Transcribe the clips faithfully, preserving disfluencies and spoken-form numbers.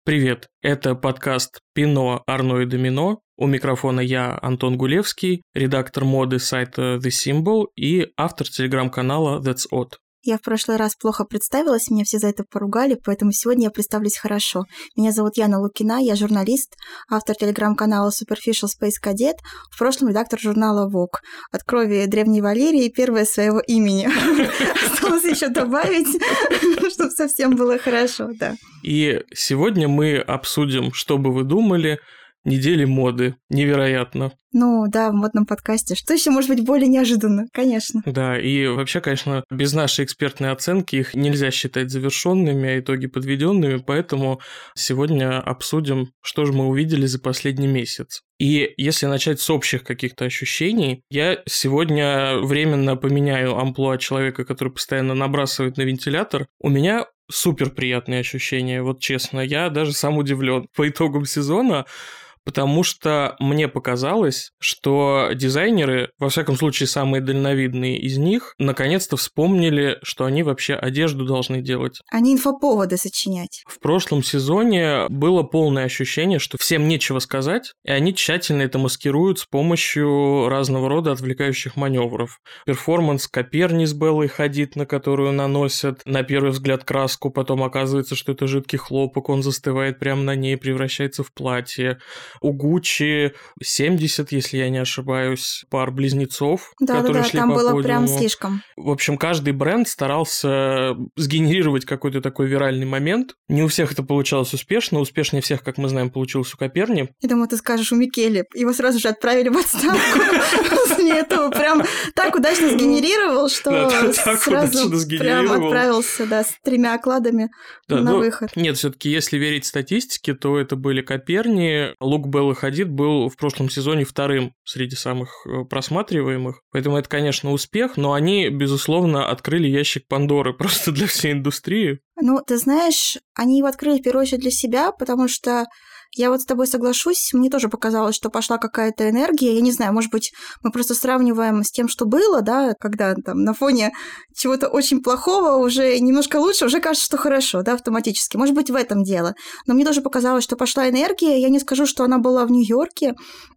Привет, это подкаст «Пино, Арно и Домино». У микрофона я, Антон Гулевский, редактор моды сайта The Symbol и автор телеграм-канала That's Odd. Я в прошлый раз плохо представилась, меня все за это поругали, поэтому сегодня я представлюсь хорошо. Меня зовут Яна Лукина, я журналист, автор телеграм-канала Superficial Space Cadet, в прошлом редактор журнала Vogue. От крови древней Валерии первое своего имени. Осталось еще добавить, чтобы совсем было хорошо, да. И сегодня мы обсудим, что бы вы думали, недели моды. Невероятно. Ну да, в модном подкасте. Что еще может быть более неожиданно? Конечно. Да, и вообще, конечно, без нашей экспертной оценки их нельзя считать завершенными, а итоги подведенными, поэтому сегодня обсудим, что же мы увидели за последний месяц. И если начать с общих каких-то ощущений, я сегодня временно поменяю амплуа человека, который постоянно набрасывает на вентилятор. У меня супер приятные ощущения, вот честно. Я даже сам удивлен по итогам сезона, потому что мне показалось, что дизайнеры, во всяком случае самые дальновидные из них, наконец-то вспомнили, что они вообще одежду должны делать. Они инфоповоды сочинять. В прошлом сезоне было полное ощущение, что всем нечего сказать, и они тщательно это маскируют с помощью разного рода отвлекающих маневров. Перформанс Коперни с Беллой Хадид, на которую наносят на первый взгляд краску, потом оказывается, что это жидкий хлопок, он застывает прямо на ней, превращается в платье. У Гуччи семьдесят, если я не ошибаюсь, пар близнецов, да, которые да, шли там по было подиуму. Прям слишком. В общем, каждый бренд старался сгенерировать какой-то такой виральный момент. Не у всех это получалось успешно. Успешнее всех, как мы знаем, получилось у Коперни. Я думаю, ты скажешь у Микеле. Его сразу же отправили в отставку. После этого прям так удачно сгенерировал, что сразу прям отправился с тремя окладами на выход. Нет, все-таки, если верить статистике, то это были Коперни. Лук Беллы Хадид был в прошлом сезоне вторым среди самых просматриваемых. Поэтому это, конечно, успех, но они, безусловно, открыли ящик Пандоры просто для всей индустрии. Ну, ты знаешь, они его открыли в первую очередь для себя, потому что я вот с тобой соглашусь, мне тоже показалось, что пошла какая-то энергия. Я не знаю, может быть, мы просто сравниваем с тем, что было, да, когда там на фоне чего-то очень плохого уже немножко лучше, уже кажется, что хорошо, да, автоматически. Может быть, в этом дело. Но мне тоже показалось, что пошла энергия. Я не скажу, что она была в Нью-Йорке.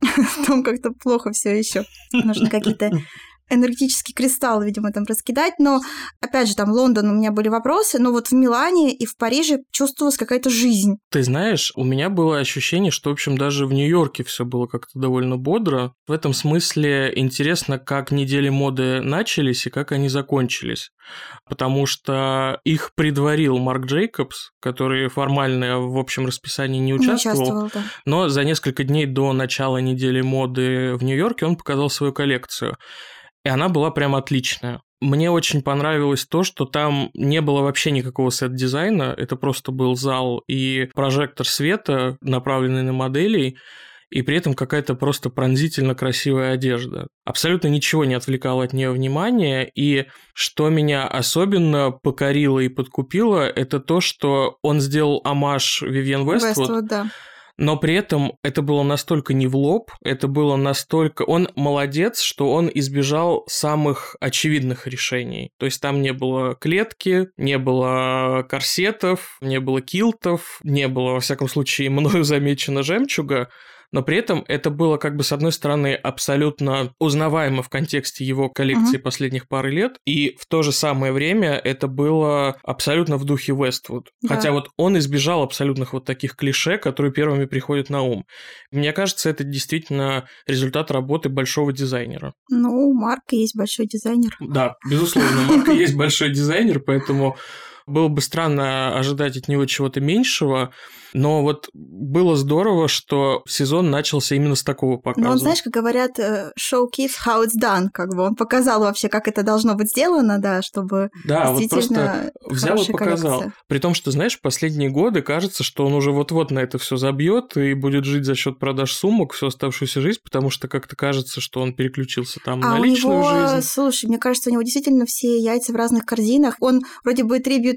Там как-то плохо все еще. Нужно какие-то энергетический кристалл, видимо, там раскидать, но, опять же, там Лондон, у меня были вопросы, но вот в Милане и в Париже чувствовалась какая-то жизнь. Ты знаешь, у меня было ощущение, что, в общем, даже в Нью-Йорке все было как-то довольно бодро. В этом смысле интересно, как недели моды начались и как они закончились, потому что их предварил Марк Джейкобс, который формально в общем расписании не участвовал, не участвовал, да. Но за несколько дней до начала недели моды в Нью-Йорке он показал свою коллекцию. И она была прям отличная. Мне очень понравилось то, что там не было вообще никакого сет-дизайна, это просто был зал и прожектор света, направленный на моделей, и при этом какая-то просто пронзительно красивая одежда. Абсолютно ничего не отвлекало от нее внимания, и что меня особенно покорило и подкупило, это то, что он сделал омаж Вивьен Вествуд. Вествуд, да. Но при этом это было настолько не в лоб, это было настолько... Он молодец, что он избежал самых очевидных решений. То есть там не было клетки, не было корсетов, не было килтов, не было, во всяком случае, мною замечено жемчуга. Но при этом это было, как бы, с одной стороны, абсолютно узнаваемо в контексте его коллекции uh-huh. последних пары лет, и в то же самое время это было абсолютно в духе Вествуд. Да. Хотя вот он избежал абсолютных вот таких клише, которые первыми приходят на ум. Мне кажется, это действительно результат работы большого дизайнера. Ну, у Марка есть большой дизайнер. Да, безусловно, у Марка есть большой дизайнер, поэтому... Было бы странно ожидать от него чего-то меньшего, но вот было здорово, что сезон начался именно с такого показа. Ну, он, знаешь, как говорят, show kids how it's done, как бы он показал вообще, как это должно быть сделано, да, чтобы да, действительно вот взял и показал. Коллекция. При том, что, знаешь, последние годы кажется, что он уже вот-вот на это все забьет и будет жить за счет продаж сумок всю оставшуюся жизнь, потому что как-то кажется, что он переключился там а на личную него, жизнь. Слушай, мне кажется, у него действительно все яйца в разных корзинах. Он вроде бы трибьют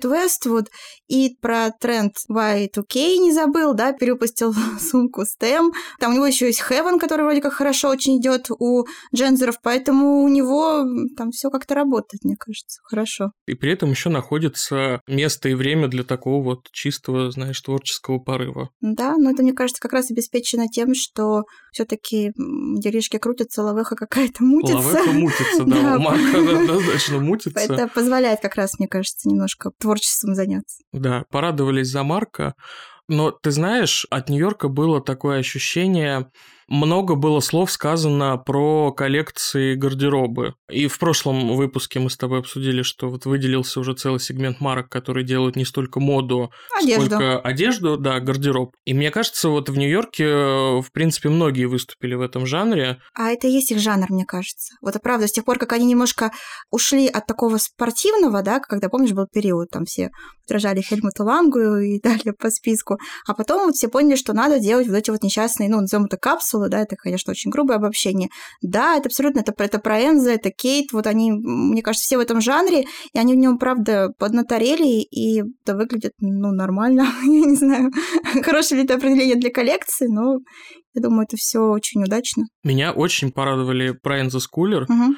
выпустит Westwood, и про тренд вай ту кей не забыл, да, перевыпустил сумку Stem. Там у него еще есть Heaven, который вроде как хорошо очень идет у джензеров, поэтому у него там все как-то работает, мне кажется, хорошо. И при этом еще находится место и время для такого вот чистого, знаешь, творческого порыва. Да, но это, мне кажется, как раз обеспечено тем, что все-таки делишки крутятся, лавеха какая-то мутится. Лавеха мутится, да, у Марка однозначно мутится. Это позволяет как раз, мне кажется, немножко творчеством заняться. Да, порадовались за Марка. Но ты знаешь, от Нью-Йорка было такое ощущение, много было слов сказано про коллекции гардеробы. И в прошлом выпуске мы с тобой обсудили, что вот выделился уже целый сегмент марок, которые делают не столько моду, одежду. сколько одежду, да, гардероб. И мне кажется, вот в Нью-Йорке, в принципе, многие выступили в этом жанре. А это и есть их жанр, мне кажется. Вот это правда, с тех пор, как они немножко ушли от такого спортивного, да, когда, помнишь, был период, там все подражали Хельмуту Лангу и далее по списку, а потом вот все поняли, что надо делать вот эти вот несчастные, ну, назовем это капсулы, да, это, конечно, очень грубое обобщение. Да, это абсолютно, это, это про Энзо, это Кейт, вот они, мне кажется, все в этом жанре, и они в нем, правда, поднаторели, и это выглядит, ну, нормально, я не знаю, хорошее ли это определение для коллекции, но я думаю, это все очень удачно. Меня очень порадовали про Энзо Скулер. Угу.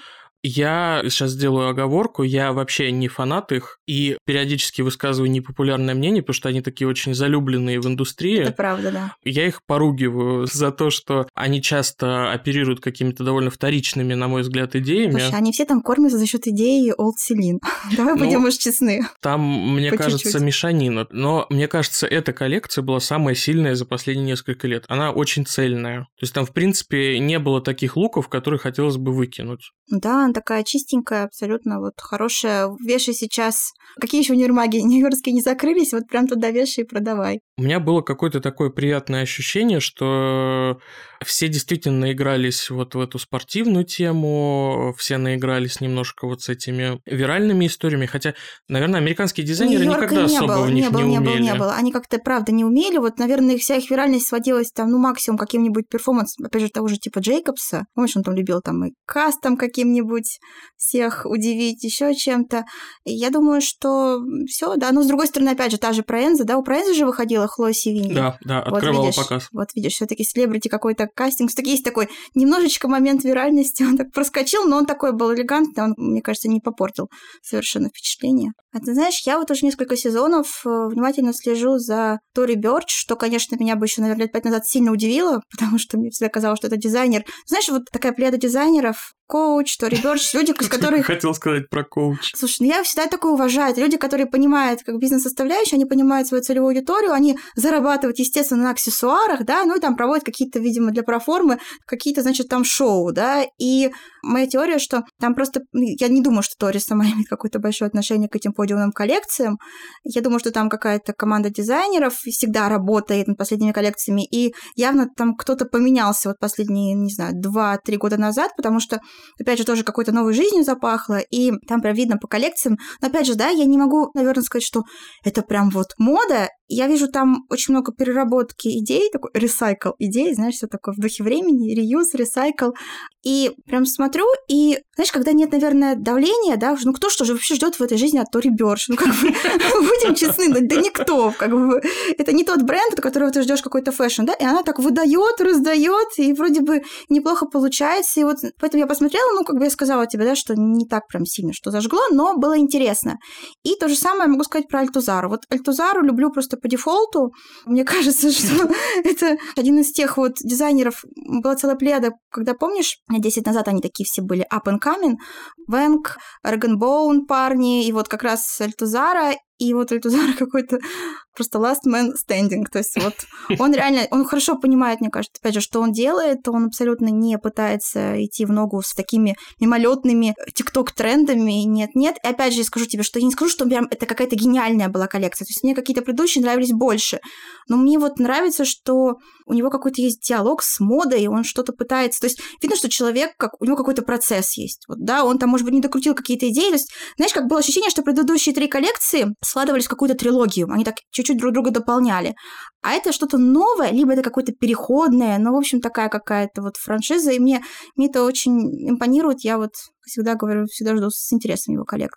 Я сейчас сделаю оговорку, я вообще не фанат их, и периодически высказываю непопулярное мнение, потому что они такие очень залюбленные в индустрии. Это правда, да. Я их поругиваю за то, что они часто оперируют какими-то довольно вторичными, на мой взгляд, идеями. Слушай, они все там кормятся за счет идеи Old Celine. Давай будем ну, уж честны. Там, мне По кажется, чуть-чуть. мешанина. Но мне кажется, эта коллекция была самая сильная за последние несколько лет. Она очень цельная. То есть там, в принципе, не было таких луков, которые хотелось бы выкинуть. Да, она такая чистенькая, абсолютно вот хорошая. Вешай сейчас. Какие еще универмаги нью-йоркские не закрылись, вот прям туда вешай и продавай. У меня было какое-то такое приятное ощущение, что все действительно наигрались вот в эту спортивную тему, все наигрались немножко вот с этими виральными историями, хотя, наверное, американские дизайнеры Нью-Йорка никогда не особо было, в них не, было, не не умели. было, не было. Они как-то, правда, не умели. Вот, наверное, вся их виральность сводилась там, ну, максимум каким-нибудь перформанс, опять же, того же типа Джейкобса. Помнишь, он там любил там и кастом каким-нибудь всех удивить, еще чем-то. И я думаю, что все, да. Но, с другой стороны, опять же, та же про Энзо, да, у про Энзо же выходила Хлоя Севиньи. Да, да, Вот открывала видишь, показ. Вот видишь, все-таки селебрити какой-то кастинг. Все-таки есть такой немножечко момент виральности. Он так проскочил, но он такой был элегантный. Он, мне кажется, не попортил совершенно впечатление. А ты знаешь, я вот уже несколько сезонов внимательно слежу за Тори Бёрч, что, конечно, меня бы еще, наверное, лет пять назад сильно удивило, потому что мне всегда казалось, что это дизайнер. Знаешь, вот такая плеяда дизайнеров, коуч, Тори Бёрч, люди, с которых... Хотел сказать про коуч. Слушай, ну я всегда такое уважаю. Это люди, которые понимают как бизнес-составляющую, они понимают свою целевую аудиторию, они зарабатывают, естественно, на аксессуарах, да, ну и там проводят какие-то, видимо, для проформы, какие-то, значит, там шоу, да, и моя теория, что там просто... Я не думаю, что Тори сама имеет какое-то большое отношение к этим подиумным коллекциям. Я думаю, что там какая-то команда дизайнеров всегда работает над последними коллекциями, и явно там кто-то поменялся вот последние, не знаю, два-три года назад, потому что опять же, тоже какой-то новой жизнью запахло, и там прям видно по коллекциям. Но опять же, да, я не могу, наверное, сказать, что это прям вот мода. Я вижу там очень много переработки идей, такой ресайкл идей, знаешь, все такое в духе времени, реюз, ресайкл. И прям смотрю, и, знаешь, когда нет, наверное, давления, да, ну кто что же вообще ждет в этой жизни от Тори Бёрч? Ну, как бы, будем честны, да никто, как бы, это не тот бренд, от которого ты ждешь какой-то фэшн, да, и она так выдает, раздает, и вроде бы неплохо получается, и вот поэтому я посмотрела, ну, как бы я сказала тебе, да, что не так прям сильно, что зажгло, но было интересно. И то же самое могу сказать про Альтузару. Вот Альтузару люблю просто по дефолту. Мне кажется, что это один из тех вот дизайнеров, была целая плеяда, когда, помнишь, десять назад они такие все были up and coming, Вэнк, Рэгенбоун парни, и вот как раз Альтузара, и вот Альтузара какой-то просто last man standing, то есть вот он реально, он хорошо понимает, мне кажется, опять же, что он делает, он абсолютно не пытается идти в ногу с такими мимолетными тикток-трендами, нет-нет, и опять же, я скажу тебе, что я не скажу, что прям это какая-то гениальная была коллекция, то есть мне какие-то предыдущие нравились больше, но мне вот нравится, что у него какой-то есть диалог с модой, он что-то пытается, то есть видно, что человек, как, у него какой-то процесс есть, вот, да, он там, может быть, не докрутил какие-то идеи, то есть, знаешь, как было ощущение, что предыдущие три коллекции складывались в какую-то трилогию, они так чуть-чуть друг друга дополняли. А это что-то новое, либо это какое-то переходное, но, в общем, такая какая-то вот франшиза, и мне, мне это очень импонирует. Я вот всегда говорю, всегда жду с интересом его коллекции.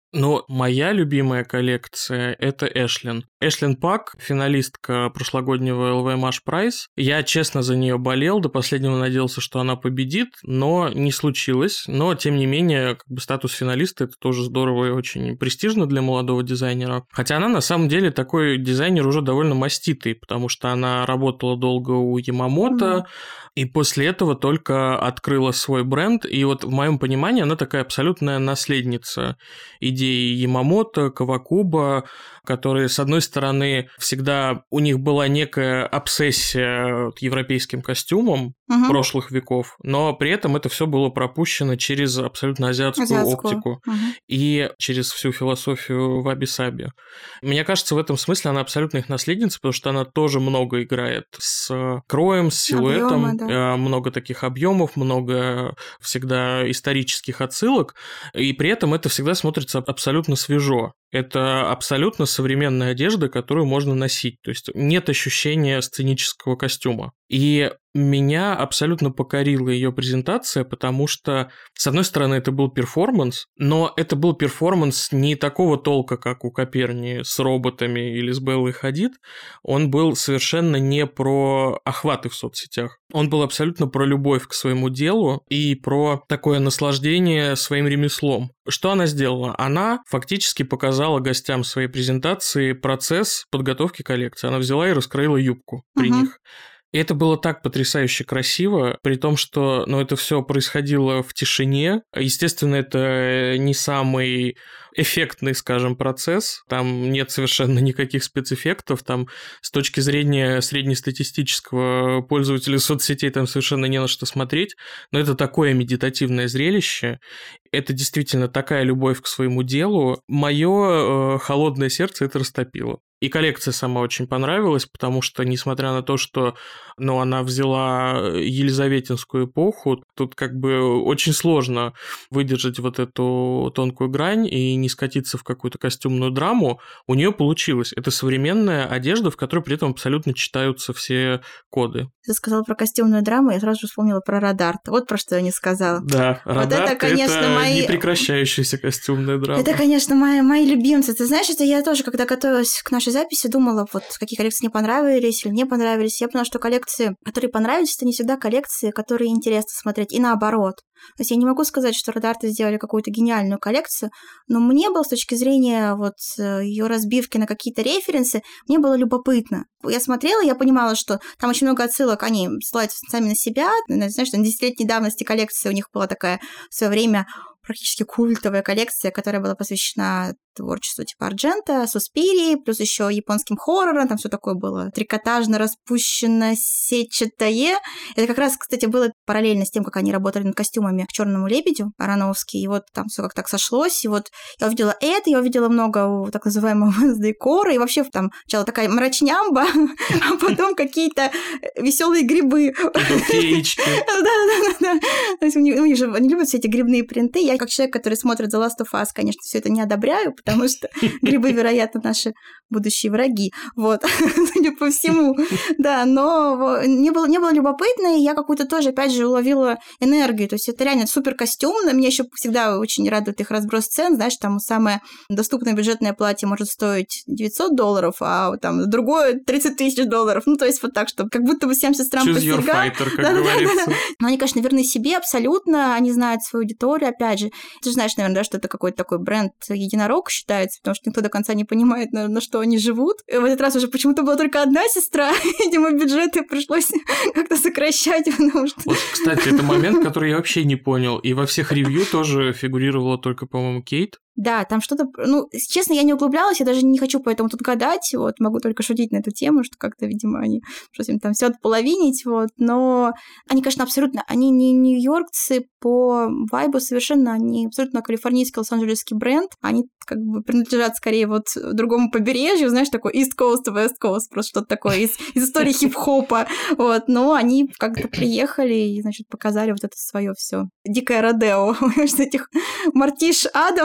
Но моя любимая коллекция – это Эшлин. Эшлин Пак, финалистка прошлогоднего эл ви Mash Prize. Я, честно, за нее болел, до последнего надеялся, что она победит, но не случилось. Но, тем не менее, как бы статус финалиста – это тоже здорово и очень престижно для молодого дизайнера. Хотя она, на самом деле, такой дизайнер уже довольно маститый, потому что она работала долго у Ямамото, mm-hmm. и после этого только открыла свой бренд. И вот в моем понимании она такая абсолютная наследница идеи Ямамото, Кавакуба, которые, с одной стороны, всегда у них была некая обсессия европейским костюмом угу. прошлых веков, но при этом это все было пропущено через абсолютно азиатскую, азиатскую. оптику угу. и через всю философию ваби-саби. Мне кажется, в этом смысле она абсолютно их наследница, потому что она тоже много играет с кроем, с силуэтом, Объёмы, да. много таких объемов, много всегда исторических отсылок, и при этом это всегда смотрится абсолютно свежо. Это абсолютно современная одежда, которую можно носить. То есть нет ощущения сценического костюма. И меня абсолютно покорила ее презентация, потому что, с одной стороны, это был перформанс, но это был перформанс не такого толка, как у Коперни с роботами или с Беллой Хадид. Он был совершенно не про охваты в соцсетях. Он был абсолютно про любовь к своему делу и про такое наслаждение своим ремеслом. Что она сделала? Она фактически показала гостям своей презентации процесс подготовки коллекции. Она взяла и раскроила юбку при uh-huh. них. И это было так потрясающе красиво, при том, что ну, это все происходило в тишине. Естественно, это не самый эффектный, скажем, процесс. Там нет совершенно никаких спецэффектов. Там с точки зрения среднестатистического пользователя соцсетей там совершенно не на что смотреть. Но это такое медитативное зрелище. Это действительно такая любовь к своему делу. Мое э, холодное сердце это растопило. И коллекция сама очень понравилась, потому что, несмотря на то, что ну, она взяла елизаветинскую эпоху, тут как бы очень сложно выдержать вот эту тонкую грань и не скатиться в какую-то костюмную драму. У нее получилось. Это современная одежда, в которой при этом абсолютно читаются все коды. Ты сказала про костюмную драму, я сразу же вспомнила про Радарт. Вот про что я не сказала. Да, Радарт вот это, конечно, это мои... непрекращающаяся костюмная драма. Это, конечно, мои, мои любимцы. Ты знаешь, это я тоже, когда готовилась к нашей записи, думала, вот какие коллекции мне понравились или не понравились. Я поняла, что коллекции, которые понравились, это не всегда коллекции, которые интересно смотреть, и наоборот. То есть я не могу сказать, что Радарты сделали какую-то гениальную коллекцию, но мне было с точки зрения вот ее разбивки на какие-то референсы, мне было любопытно. Я смотрела, я понимала, что там очень много отсылок, они ссылаются сами на себя. Знаешь, на десятилетней давности коллекция у них была такая в свое время практически культовая коллекция, которая была посвящена творчеству типа Арджента, Суспирии, плюс еще японским хоррорам, там все такое было трикотажно, распущено, сетчатое. Это как раз, кстати, было параллельно с тем, как они работали над костюмами к «Черному лебедю» Аронофский, и вот там все как так сошлось, и вот я увидела это, я увидела много так называемого декора, и вообще там сначала такая мрачнямба, а потом какие-то веселые грибы. Феечки. Да-да-да. То есть у них же, они любят все эти грибные принты. Я как человек, который смотрит The Last of Us, конечно, все это не одобряю, потому что грибы, вероятно, наши будущие враги. Вот, судя по всему. Да, но не было, не было любопытно, и я какую-то тоже, опять же, уловила энергию. То есть это реально супер костюм. Меня еще всегда очень радует их разброс цен. Знаешь, там самое доступное бюджетное платье может стоить девятьсот долларов, а там другое тридцать тысяч долларов. Ну, то есть вот так, что как будто бы всем сестрам по фигам. Choose your fighter, как да, говорится. Да, да, да. Но они, конечно, верны себе абсолютно. Они знают свою аудиторию, опять же. Ты же знаешь, наверное, да, что это какой-то такой бренд единорог считается, потому что никто до конца не понимает, на, на что они живут. И в этот раз уже почему-то была только одна сестра. Видимо, бюджеты пришлось как-то сокращать, потому что... Вот, кстати, это момент, который я вообще не понял. И во всех ревью тоже фигурировала только, по-моему, Кейт. Да, там что-то... Ну, честно, я не углублялась, я даже не хочу поэтому тут гадать, вот, могу только шутить на эту тему, что как-то, видимо, они что-то там все отполовинить, вот, но они, конечно, абсолютно... Они не нью-йоркцы по вайбу совершенно, они абсолютно калифорнийский, лос-анджелесский бренд, они как бы принадлежат скорее вот другому побережью, знаешь, такой East Coast, West Coast, просто что-то такое из, из истории хип-хопа, вот, но они как-то приехали и, значит, показали вот это свое все дикое родео, этих Мартиш Адамс,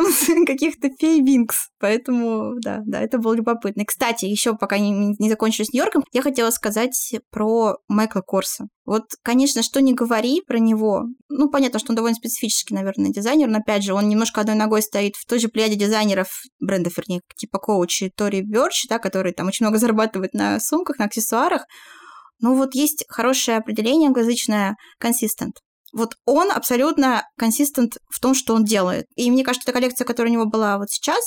каких-то фей Винкс. Поэтому, да, да, это было любопытно. И, кстати, еще пока не, не закончили с Нью-Йорком, я хотела сказать про Майкла Корса. Вот, конечно, что не говори про него, ну, понятно, что он довольно специфический, наверное, дизайнер, но, опять же, он немножко одной ногой стоит в той же плеяде дизайнеров, брендов, вернее, типа Coach и Tory Burch, да, которые там очень много зарабатывают на сумках, на аксессуарах. Ну, вот есть хорошее определение англоязычное consistent. Вот он абсолютно консистент в том, что он делает. И мне кажется, эта коллекция, которая у него была вот сейчас,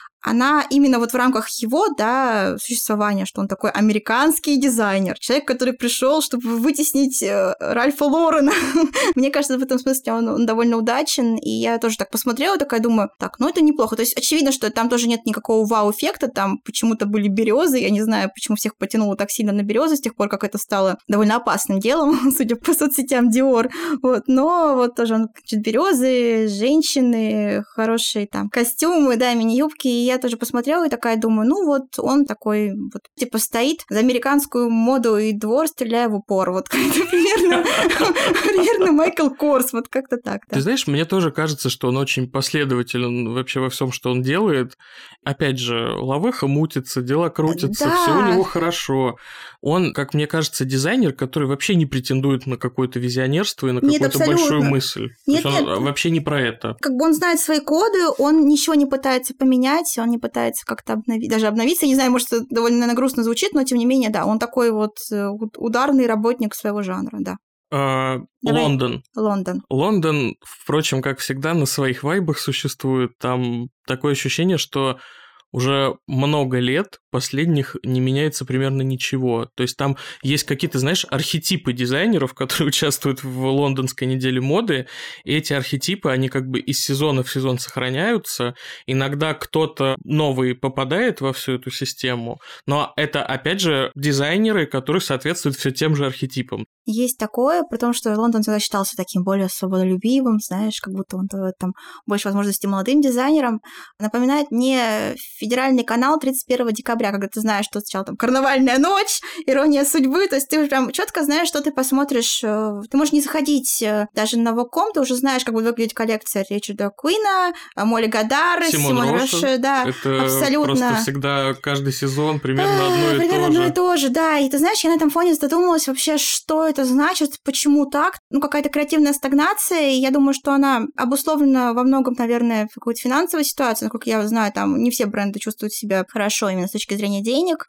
она именно вот в рамках его, да, существования, что он такой американский дизайнер, человек, который пришел, чтобы вытеснить э, Ральфа Лорена. Мне кажется, в этом смысле он, он довольно удачен, и я тоже так посмотрела, такая думаю, так, ну это неплохо. То есть очевидно, что там тоже нет никакого вау-эффекта, там почему-то были березы, я не знаю, почему всех потянуло так сильно на березы с тех пор, как это стало довольно опасным делом, судя по соцсетям Dior. Вот, но вот тоже он, березы, женщины, хорошие там костюмы, да, мини-юбки, и я тоже посмотрела и такая думаю, ну вот он такой вот типа стоит за американскую моду и двор, стреляя в упор. Вот как-то примерно, примерно Майкл Корс, вот как-то так. Да. Ты знаешь, мне тоже кажется, что он очень последователен вообще во всем, что он делает. Опять же, лавеха мутится, дела крутятся, да. все у него хорошо. Он, как мне кажется, дизайнер, который вообще не претендует на какое-то визионерство и на нет, какую-то абсолютно. большую мысль. Нет, То есть он нет. вообще не про это. Как бы он знает свои коды, он ничего не пытается поменять, он не пытается как-то обновить, даже обновиться. Я не знаю, может, это довольно, наверное, грустно звучит, но тем не менее, да, он такой вот ударный работник своего жанра, да. А, Лондон. Лондон. Лондон, впрочем, как всегда, на своих вайбах существует. Там такое ощущение, что уже много лет последних не меняется примерно ничего. То есть там есть какие-то, знаешь, архетипы дизайнеров, которые участвуют в лондонской неделе моды, и эти архетипы, они как бы из сезона в сезон сохраняются. Иногда кто-то новый попадает во всю эту систему, но это, опять же, дизайнеры, которые соответствуют все тем же архетипам. Есть такое, потому что Лондон всегда считался таким более свободолюбивым, знаешь, как будто он там больше возможностей молодым дизайнерам. Напоминает мне федеральный канал тридцать первого декабря, когда ты знаешь, что сначала там карнавальная ночь, ирония судьбы, то есть ты уже прям четко знаешь, что ты посмотришь. Ты можешь не заходить даже на Vogue точка ком, ты уже знаешь, как будет выглядеть коллекция Ричарда Куина, Молли Годар, Симон Роше, да, это абсолютно. Просто всегда каждый сезон примерно одно и то же. Примерно одно и то же, да. И ты знаешь, я на этом фоне задумалась вообще, что это значит, почему так. Ну, какая-то креативная стагнация, и я думаю, что она обусловлена во многом, наверное, в какой-то финансовой ситуации. Насколько я знаю, там не все бренды чувствуют себя хорошо именно с точки зрения денег.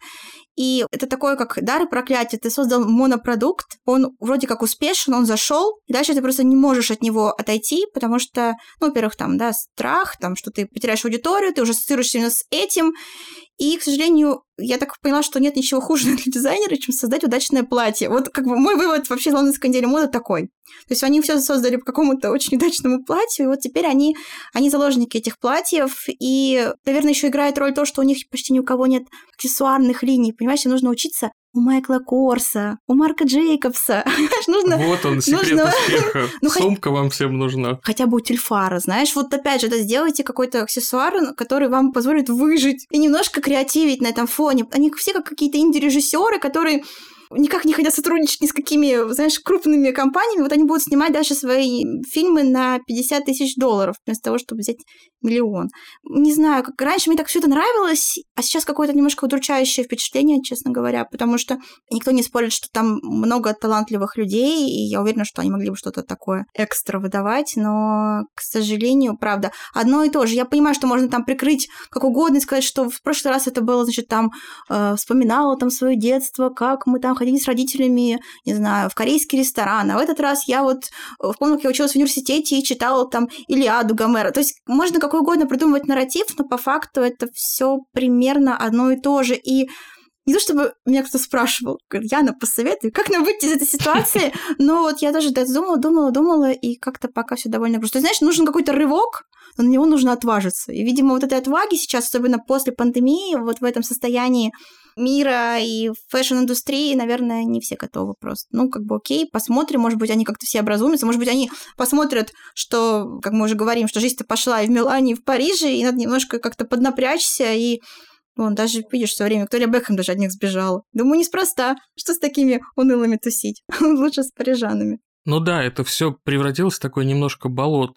И это такое, как дар и проклятие. Ты создал монопродукт, он вроде как успешен, он зашел, и дальше ты просто не можешь от него отойти, потому что, ну, во-первых, там, да, страх, там, что ты потеряешь аудиторию, ты уже ассоциируешься именно с этим. И, к сожалению, я так поняла, что нет ничего хуже для дизайнера, чем создать удачное платье. Вот как бы мой вывод вообще из лондонской недели моды такой. То есть они все создали по какому-то очень удачному платью, и вот теперь они, они заложники этих платьев, и, наверное, еще играет роль то, что у них почти ни у кого нет аксессуарных линий. Понимаешь, им нужно учиться у Майкла Корса, у Марка Джейкобса. нужно, вот он, секрет нужно... успеха. ну, Сумка хоть... вам всем нужна. Хотя бы у Тюльфара, знаешь. Вот опять же, да, сделайте какой-то аксессуар, который вам позволит выжить и немножко креативить на этом фоне. Они все как какие-то инди-режиссеры, которые никак не хотят сотрудничать ни с какими, знаешь, крупными компаниями. Вот они будут снимать даже свои фильмы на пятьдесят тысяч долларов, вместо того, чтобы взять миллион. Не знаю, как раньше мне так все это нравилось, а сейчас какое-то немножко удручающее впечатление, честно говоря, потому что никто не спорит, что там много талантливых людей, и я уверена, что они могли бы что-то такое экстра выдавать, но, к сожалению, правда, одно и то же. Я понимаю, что можно там прикрыть как угодно и сказать, что в прошлый раз это было, значит, там э, вспоминала там свое детство, как мы там ходили с родителями, не знаю, в корейский ресторан, а в этот раз я вот помню, как я училась в университете и читала там Илиаду Гомера. То есть можно какой угодно придумывать нарратив, но по факту это все примерно одно и то же. И не то чтобы меня кто-то спрашивал, говорит, Яна, посоветуй, как нам выйти из этой ситуации, но вот я даже думала, думала, думала, и как-то пока все довольно грустно. То есть, знаешь, нужен какой-то рывок, но на него нужно отважиться. И, видимо, вот этой отваги сейчас, особенно после пандемии, вот в этом состоянии мира и фэшн-индустрии, наверное, не все готовы просто. Ну, как бы окей, посмотрим, может быть, они как-то все образумятся, может быть, они посмотрят, что, как мы уже говорим, что жизнь-то пошла и в Милане, и в Париже, и надо немножко как-то поднапрячься, и вон, даже, видишь, в свое время Виктория Бекхэм даже от них сбежала. Думаю, неспроста, что с такими унылыми тусить. Лучше с парижанами. Ну да, это все превратилось в такое немножко болотце.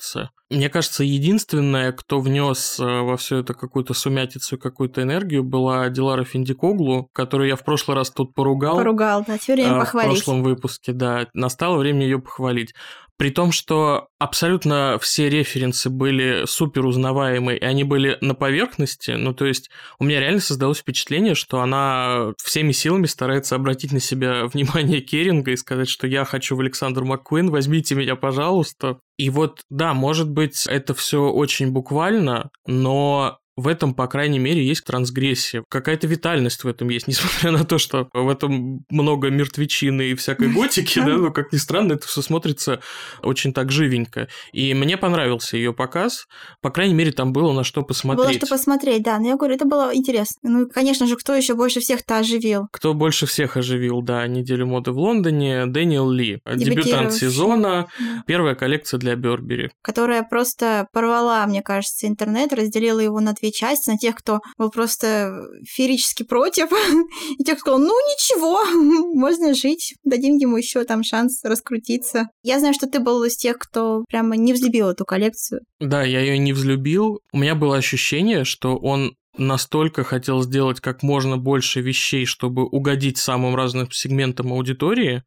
Мне кажется, единственная, кто внес во все это какую-то сумятицу и какую-то энергию, была Дилара Финдикоглу, которую я в прошлый раз тут поругал. Поругал, да, теперь время похвалить. В прошлом выпуске, да. Настало время ее похвалить. При том, что абсолютно все референсы были супер узнаваемые, и они были на поверхности, ну, то есть у меня реально создалось впечатление, что она всеми силами старается обратить на себя внимание Керринга и сказать, что я хочу в Александр МакКуин, возьмите меня, пожалуйста. И вот, да, может быть, это все очень буквально, но... В этом, по крайней мере, есть трансгрессия. Какая-то витальность в этом есть, несмотря на то, что в этом много мертвечины и всякой готики, да, но, как ни странно, это все смотрится очень так живенько. И мне понравился ее показ. По крайней мере, там было на что посмотреть. Было что посмотреть, да. Но я говорю, это было интересно. Ну, конечно же, кто еще больше всех-то оживил? Кто больше всех оживил, да, неделю моды в Лондоне, Дэниел Ли. Дебютант сезона, да. Первая коллекция для Бербери. Которая просто порвала, мне кажется, интернет, разделила его на две части, на тех, кто был просто феерически против, и тех, кто сказал, ну ничего, можно жить, дадим ему еще там шанс раскрутиться. Я знаю, что ты был из тех, кто прямо не взлюбил эту коллекцию. Да, я ее не взлюбил. У меня было ощущение, что он настолько хотел сделать как можно больше вещей, чтобы угодить самым разным сегментам аудитории,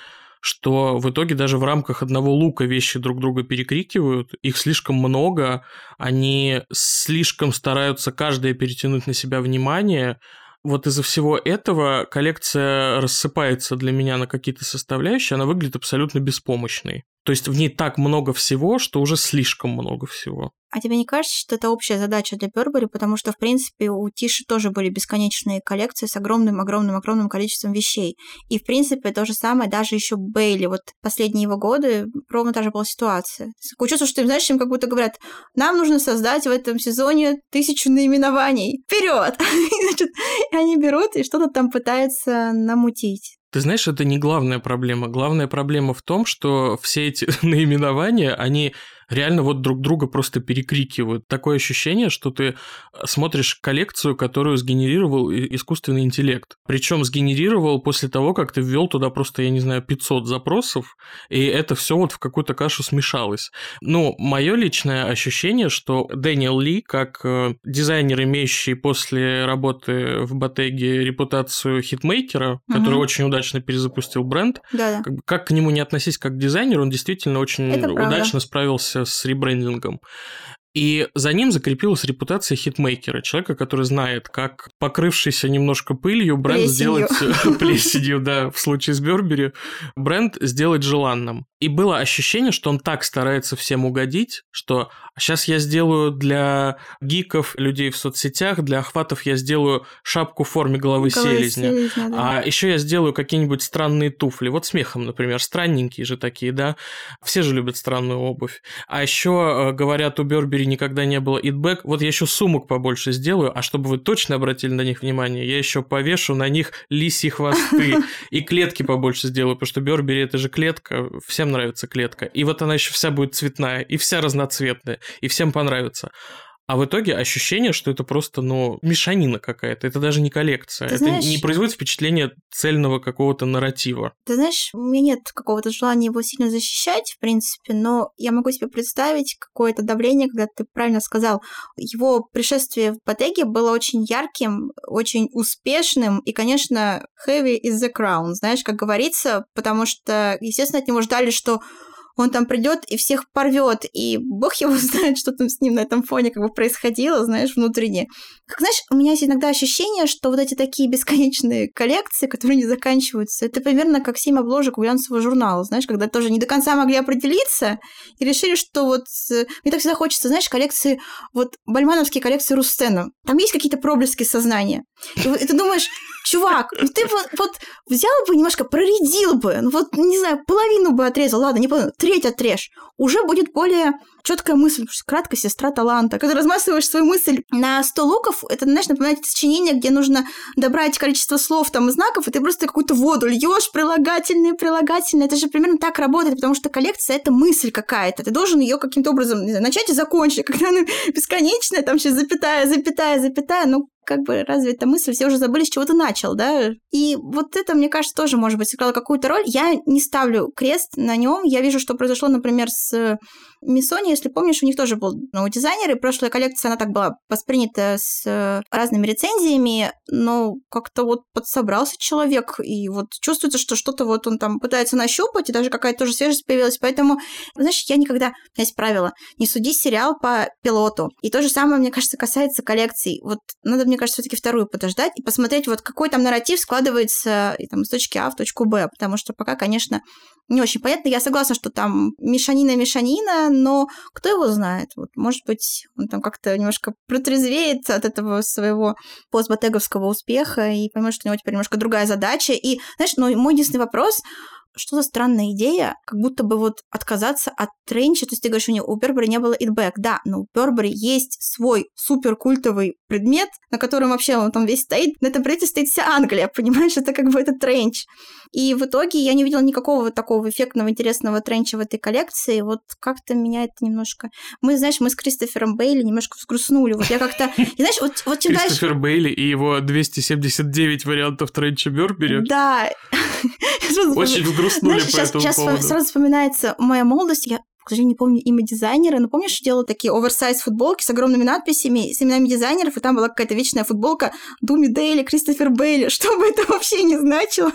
что в итоге даже в рамках одного лука вещи друг друга перекрикивают, их слишком много, они слишком стараются каждая перетянуть на себя внимание. Вот из-за всего этого коллекция рассыпается для меня на какие-то составляющие, она выглядит абсолютно беспомощной. То есть в ней так много всего, что уже слишком много всего. А тебе не кажется, что это общая задача для Бербери? Потому что, в принципе, у Тиши тоже были бесконечные коллекции с огромным-огромным-огромным количеством вещей. И, в принципе, то же самое даже еще Бейли. Вот последние его годы ровно та же была ситуация. Такое чувство, что им, знаешь, им как будто говорят, нам нужно создать в этом сезоне тысячу наименований. Вперед! Значит, они берут и что-то там пытаются намутить. Ты знаешь, это не главная проблема. Главная проблема в том, что все эти наименования, они реально вот друг друга просто перекрикивают. Такое ощущение, что ты смотришь коллекцию, которую сгенерировал искусственный интеллект. Причем сгенерировал после того, как ты ввел туда просто, я не знаю, пятьсот запросов, и это все вот в какую-то кашу смешалось. Ну, мое личное ощущение, что Дэниел Ли, как дизайнер, имеющий после работы в Bottega репутацию хитмейкера, угу. который очень удачно перезапустил бренд, да-да. Как, как к нему не относись как к дизайнеру, он действительно очень удачно справился с ребрендингом. И за ним закрепилась репутация хитмейкера, человека, который знает, как покрывшийся немножко пылью бренд плесенью. сделать плесенью, да, в случае с Бербери, бренд сделать желанным. И было ощущение, что он так старается всем угодить, что сейчас я сделаю для гиков, людей в соцсетях, для охватов я сделаю шапку в форме головы, головы селезня, селезня да. А еще я сделаю какие-нибудь странные туфли. Вот смехом, например, странненькие же такие, да. Все же любят странную обувь. А еще говорят, у Бербери никогда не было итбэк. Вот я еще сумок побольше сделаю, а чтобы вы точно обратили на них внимание, я еще повешу на них лисьи хвосты и клетки побольше сделаю, потому что Бербери это же клетка, всем нравится клетка. И вот она еще вся будет цветная, и вся разноцветная, и всем понравится. А в итоге ощущение, что это просто, ну, мешанина какая-то. Это даже не коллекция. Ты это знаешь, не производит впечатление цельного какого-то нарратива. Ты знаешь, у меня нет какого-то желания его сильно защищать, в принципе, но я могу себе представить какое-то давление, когда ты правильно сказал. Его пришествие в Bottega было очень ярким, очень успешным, и, конечно, heavy is the crown, знаешь, как говорится, потому что, естественно, от него ждали, что он там придет и всех порвет, и бог его знает, что там с ним на этом фоне как бы происходило, знаешь, внутренне. Как, знаешь, у меня есть иногда ощущение, что вот эти такие бесконечные коллекции, которые не заканчиваются, это примерно как семь обложек у глянцевого журнала, знаешь, когда тоже не до конца могли определиться и решили, что вот... Мне так всегда хочется, знаешь, коллекции, вот бальмановские коллекции Рустена. Там есть какие-то проблески сознания. И, и ты думаешь, чувак, ну ты вот, вот взял бы немножко, проредил бы, ну вот, не знаю, половину бы отрезал, ладно, не половину, треть отрежь, уже будет более четкая мысль, потому что краткая сестра таланта. Когда размасываешь свою мысль на сто луков, это, знаешь, напоминает сочинение, где нужно добрать количество слов там и знаков, и ты просто какую-то воду льешь, прилагательные, прилагательные. Это же примерно так работает, потому что коллекция — это мысль какая-то. Ты должен ее каким-то образом, не знаю, начать и закончить. Когда она бесконечная, там сейчас запятая, запятая, запятая, ну, как бы разве эта мысль, все уже забыли, с чего ты начал, да? И вот это, мне кажется, тоже, может быть, сыграло какую-то роль. Я не ставлю крест на нем. Я вижу, что произошло, например, с Миссони если помнишь, у них тоже был новый дизайнер, и прошлая коллекция, она так была воспринята с разными рецензиями, но как-то вот подсобрался человек, и вот чувствуется, что что-то вот он там пытается нащупать, и даже какая-то тоже свежесть появилась, поэтому, знаешь, я никогда, у меня есть правило, не суди сериал по пилоту. И то же самое, мне кажется, касается коллекций. Вот надо, мне кажется, все-таки вторую подождать и посмотреть, вот какой там нарратив складывается и, там, из точки А в точку Б, потому что пока, конечно, не очень понятно. Я согласна, что там мешанина-мешанина, но кто его знает? Вот, может быть, он там как-то немножко протрезвеет от этого своего постботеговского успеха и поймет, что у него теперь немножко другая задача. И, знаешь, ну, мой единственный вопрос — что за странная идея, как будто бы вот отказаться от тренча. То есть ты говоришь, у, него, у Бербери не было итбэк. Да, но у Бербери есть свой суперкультовый предмет, на котором вообще он там весь стоит. На этом предмете стоит вся Англия, понимаешь? Это как бы этот тренч. И в итоге я не видела никакого такого эффектного, интересного тренча в этой коллекции. Вот как-то меня это немножко... Мы, знаешь, мы с Кристофером Бейли немножко взгрустнули. Вот я как-то... И, знаешь, вот, вот чем Кристофер дальше... Бейли и его двести семьдесят девять вариантов тренча Бербери. Да. Очень взгрустнули по сейчас, этому сейчас поводу. Сейчас сразу вспоминается моя молодость. Я, к сожалению, не помню имя дизайнера, но помнишь, делала такие оверсайз футболки с огромными надписями, с именами дизайнеров, и там была какая-то вечная футболка Думи Дейли, Кристофер Бейли. Что бы это вообще не значило.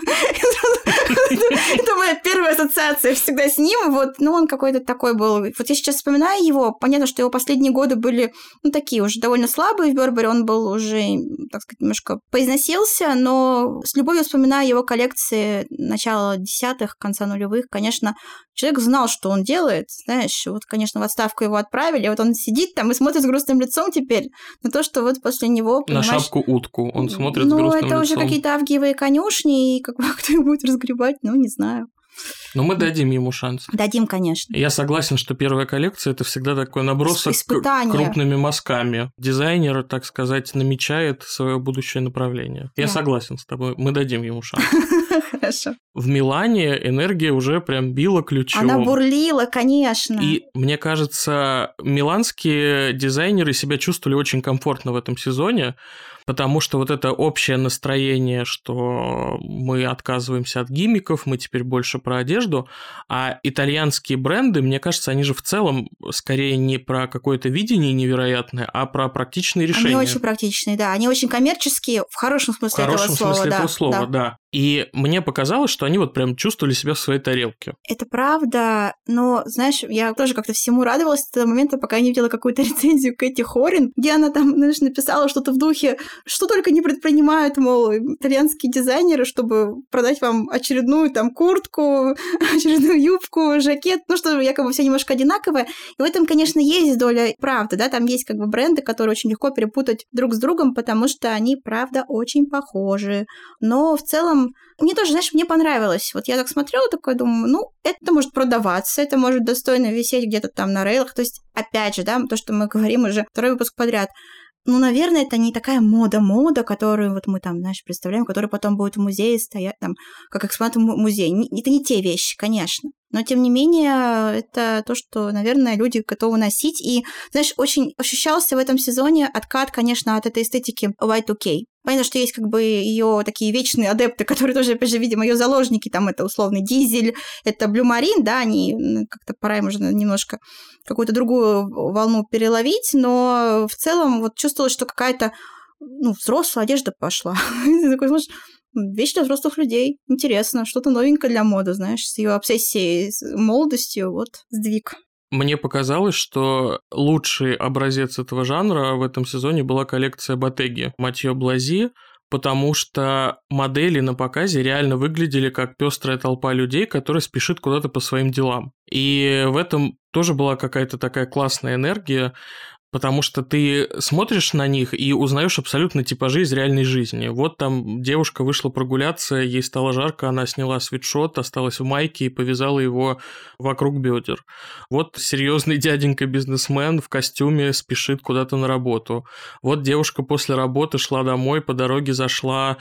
Это моя первая ассоциация всегда с ним. Вот, ну, он какой-то такой был. Вот я сейчас вспоминаю его, понятно, что его последние годы были, ну, такие уже довольно слабые в Бербери. Он был уже, так сказать, немножко поизносился, но с любовью вспоминаю его коллекции начала десятых, конца нулевых. Конечно, человек знал, что он делает. Знаешь, вот, конечно, в отставку его отправили, вот он сидит там и смотрит с грустным лицом теперь на то, что вот после него... На шапку-утку он смотрит с грустным лицом. Ну, это уже какие-то авгиевые конюшни, и как бы кто их будет разгребать, ну, не знаю. Но мы дадим ему шанс. Дадим, конечно. Я согласен, что первая коллекция – это всегда такой набросок Испытание. Крупными мазками. Дизайнер, так сказать, намечает свое будущее направление. Я да. согласен с тобой, мы дадим ему шанс. Хорошо. В Милане энергия уже прям била ключом. Она бурлила, конечно. И мне кажется, миланские дизайнеры себя чувствовали очень комфортно в этом сезоне, потому что вот это общее настроение, что мы отказываемся от гиммиков, мы теперь больше про одежду, а итальянские бренды, мне кажется, они же в целом скорее не про какое-то видение невероятное, а про практичные решения. Они очень практичные, да, они очень коммерческие, в хорошем смысле этого слова. В хорошем смысле да, этого слова, да. да. И мне показалось, что они вот прям чувствовали себя в своей тарелке. Это правда, но, знаешь, я тоже как-то всему радовалась с того момента, пока я не видела какую-то рецензию Кэти Хорин, где она там, знаешь, написала что-то в духе, что только не предпринимают, мол, итальянские дизайнеры, чтобы продать вам очередную там куртку, очередную юбку, жакет, ну что якобы все немножко одинаковое. И в этом, конечно, есть доля правды, да, там есть как бы бренды, которые очень легко перепутать друг с другом, потому что они, правда, очень похожи. Но в целом мне тоже, знаешь, мне понравилось. Вот я так смотрела, такой думаю, ну, это может продаваться, это может достойно висеть где-то там на рейлах. То есть, опять же, да, то, что мы говорим уже второй выпуск подряд. Ну, наверное, это не такая мода-мода, которую вот мы там, знаешь, представляем, которая потом будет в музее стоять там, как экспонат в музее. Это не те вещи, конечно. Но, тем не менее, это то, что, наверное, люди готовы носить. И, знаешь, очень ощущался в этом сезоне откат, конечно, от этой эстетики уай ту кей. Понятно, что есть как бы ее такие вечные адепты, которые тоже, опять же, видимо, ее заложники, там это условный Дизель, это Blue Marine, да, они как-то пора им уже немножко какую-то другую волну переловить, но в целом вот чувствовалось, что какая-то, ну, взрослая одежда пошла. Ты такой смотришь, вещь для взрослых людей. Интересно, что-то новенькое для моды, знаешь, с ее обсессией, с молодостью, вот, сдвиг. Мне показалось, что лучший образец этого жанра в этом сезоне была коллекция Bottega Матьё Блази, потому что модели на показе реально выглядели как пестрая толпа людей, которая спешит куда-то по своим делам. И в этом тоже была какая-то такая классная энергия, потому что ты смотришь на них и узнаешь абсолютно типажи из реальной жизни. Вот там девушка вышла прогуляться, ей стало жарко, она сняла свитшот, осталась в майке и повязала его вокруг бедер. Вот серьезный дяденька-бизнесмен в костюме спешит куда-то на работу. Вот девушка после работы шла домой, по дороге зашла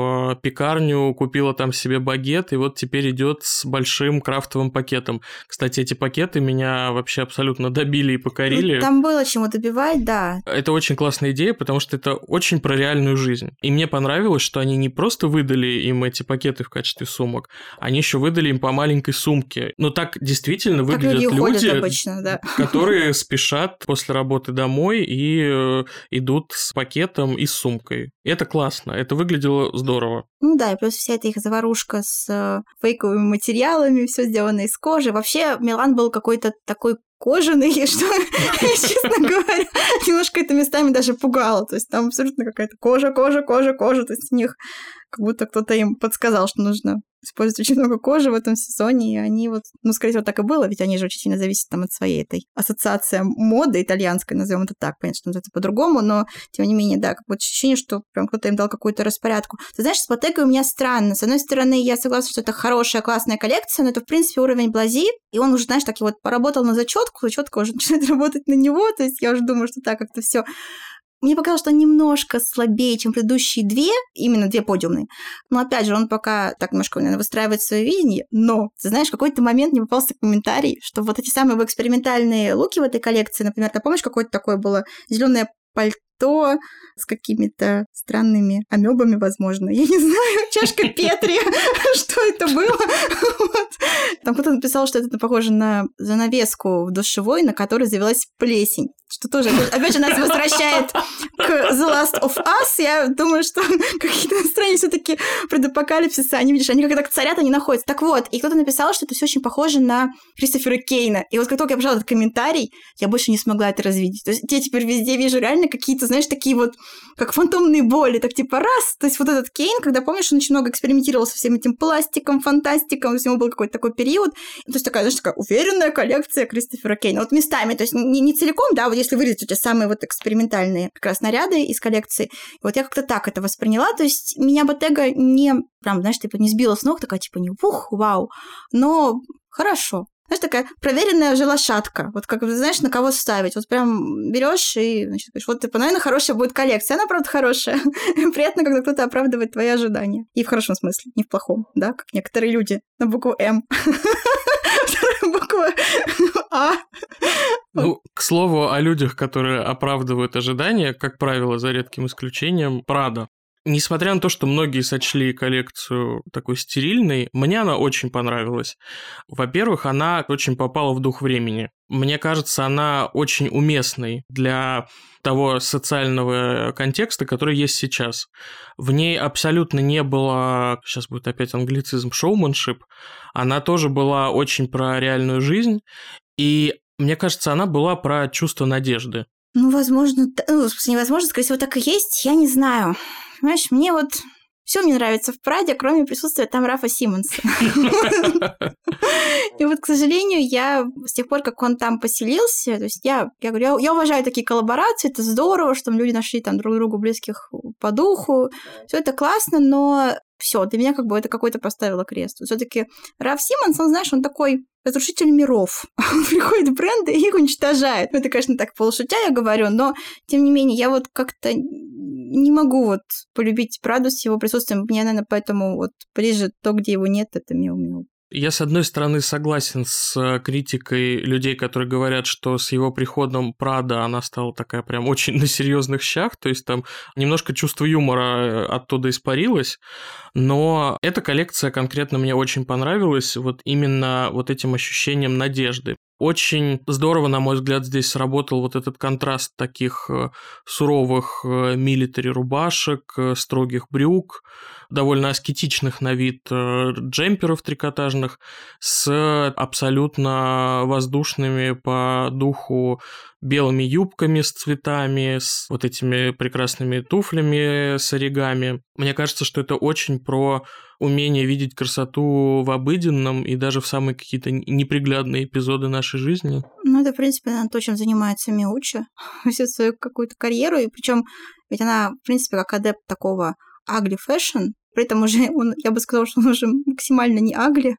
в пекарню, купила там себе багет, и вот теперь идет с большим крафтовым пакетом. Кстати, эти пакеты меня вообще абсолютно добили и покорили. Там было чему-то добивать, да. Это очень классная идея, потому что это очень про реальную жизнь. И мне понравилось, что они не просто выдали им эти пакеты в качестве сумок, они еще выдали им по маленькой сумке. Но так действительно так выглядят люди, люди, обычно, да. которые спешат после работы домой и э, идут с пакетом и с сумкой. И это классно, это выглядело здорово. Ну да, и плюс вся эта их заварушка с э, фейковыми материалами, все сделано из кожи. Вообще Милан был какой-то такой кожаный, что, честно говоря, немножко это местами даже пугало. То есть там абсолютно какая-то кожа, кожа, кожа, кожа. То есть у них как будто кто-то им подсказал, что нужно использовать очень много кожи в этом сезоне, и они вот, ну, скорее всего, так и было, ведь они же очень сильно зависят там от своей этой ассоциации моды итальянской, назовем это так, понятно, что называется по-другому, но, тем не менее, да, какое-то ощущение, что прям кто-то им дал какую-то распорядку. Ты знаешь, с Bottega у меня странно. С одной стороны, я согласна, что это хорошая, классная коллекция, но это, в принципе, уровень Блази, и он уже, знаешь, так и вот поработал на зачетку, зачетка уже начинает работать на него, то есть я уже думаю, что так как-то все. Мне показалось, что он немножко слабее, чем предыдущие две, именно две подиумные. Но, опять же, он пока так немножко, наверное, выстраивает свое видение. Но, ты знаешь, в какой-то момент мне попался комментарий, что вот эти самые экспериментальные луки в этой коллекции, например, ты помнишь, какое-то такое было зеленое пальто с какими-то странными амебами, возможно. Я не знаю, чашка Петри, что это было. Там кто-то написал, что это похоже на занавеску в душевой, на которой завелась плесень. Что тоже, опять же, нас возвращает к The Last of Us. Я думаю, что какие-то настроения все-таки предапокалипсиса, они, видишь, они как-то так царят, они находятся. Так вот, и кто-то написал, что это все очень похоже на Кристофера Кейна. И вот как только я прочитала этот комментарий, я больше не смогла это развидеть. То есть я теперь везде вижу реально какие-то, знаешь, такие вот, как фантомные боли, так типа раз. То есть вот этот Кейн, когда, помнишь, он очень много экспериментировал со всем этим пластиком, фантастиком, то есть у него был какой-то такой период. То есть такая, знаешь, такая уверенная коллекция Кристофера Кейна. Вот местами, то есть не, не целиком, да, вот если вырезать эти самые вот экспериментальные как раз наряды из коллекции. Вот я как-то так это восприняла. То есть меня Bottega не, прям, знаешь, типа не сбила с ног, такая типа не ух, вау, но хорошо. Знаешь, такая проверенная уже лошадка. Вот как, знаешь, на кого ставить. Вот прям берешь и, значит, говоришь, вот, типа, наверное, хорошая будет коллекция. Она, правда, хорошая. Приятно, когда кто-то оправдывает твои ожидания. И в хорошем смысле, не в плохом, да, как некоторые люди на букву М. Вторая буква А. Ну, к слову о людях, которые оправдывают ожидания, как правило, за редким исключением, Prada. Несмотря на то, что многие сочли коллекцию такой стерильной, мне она очень понравилась. Во-первых, она очень попала в дух времени. Мне кажется, она очень уместной для того социального контекста, который есть сейчас. В ней абсолютно не было, сейчас будет опять англицизм, showmanship. Она тоже была очень про реальную жизнь. И мне кажется, она была про чувство надежды. Ну, возможно, ну, невозможно, скорее всего, так и есть, я не знаю. Понимаешь, мне вот все мне нравится в Праде, кроме присутствия там Рафа Симмонса. И вот, к сожалению, я с тех пор, как он там поселился, то есть я, я говорю, я уважаю такие коллаборации, это здорово, что люди нашли там друг другу близких по духу, все это классно, но все, для меня как бы это какой-то поставило крест. Все-таки Раф Симмонс, он, знаешь, он такой разрушитель миров. Он приходит в бренды и их уничтожает. Ну, это, конечно, так полушутя я говорю, но, тем не менее, я вот как-то не могу вот полюбить Праду с его присутствием. Мне, наверное, поэтому вот ближе то, где его нет, это Миу-Миу. Я, с одной стороны, согласен с критикой людей, которые говорят, что с его приходом Прада она стала такая прям очень на серьезных щах, то есть там немножко чувство юмора оттуда испарилось, но эта коллекция конкретно мне очень понравилась вот именно вот этим ощущением надежды. Очень здорово, на мой взгляд, здесь сработал вот этот контраст таких суровых милитари рубашек, строгих брюк, довольно аскетичных на вид джемперов трикотажных с абсолютно воздушными по духу белыми юбками с цветами, с вот этими прекрасными туфлями с оригами. Мне кажется, что это очень про умение видеть красоту в обыденном и даже в самые какие-то неприглядные эпизоды нашей жизни. Ну, это, в принципе, наверное, то, чем занимается Миуччи всю свою какую-то карьеру, и причем ведь она, в принципе, как адепт такого ugly fashion, при этом уже он, я бы сказала, что он уже максимально не ugly,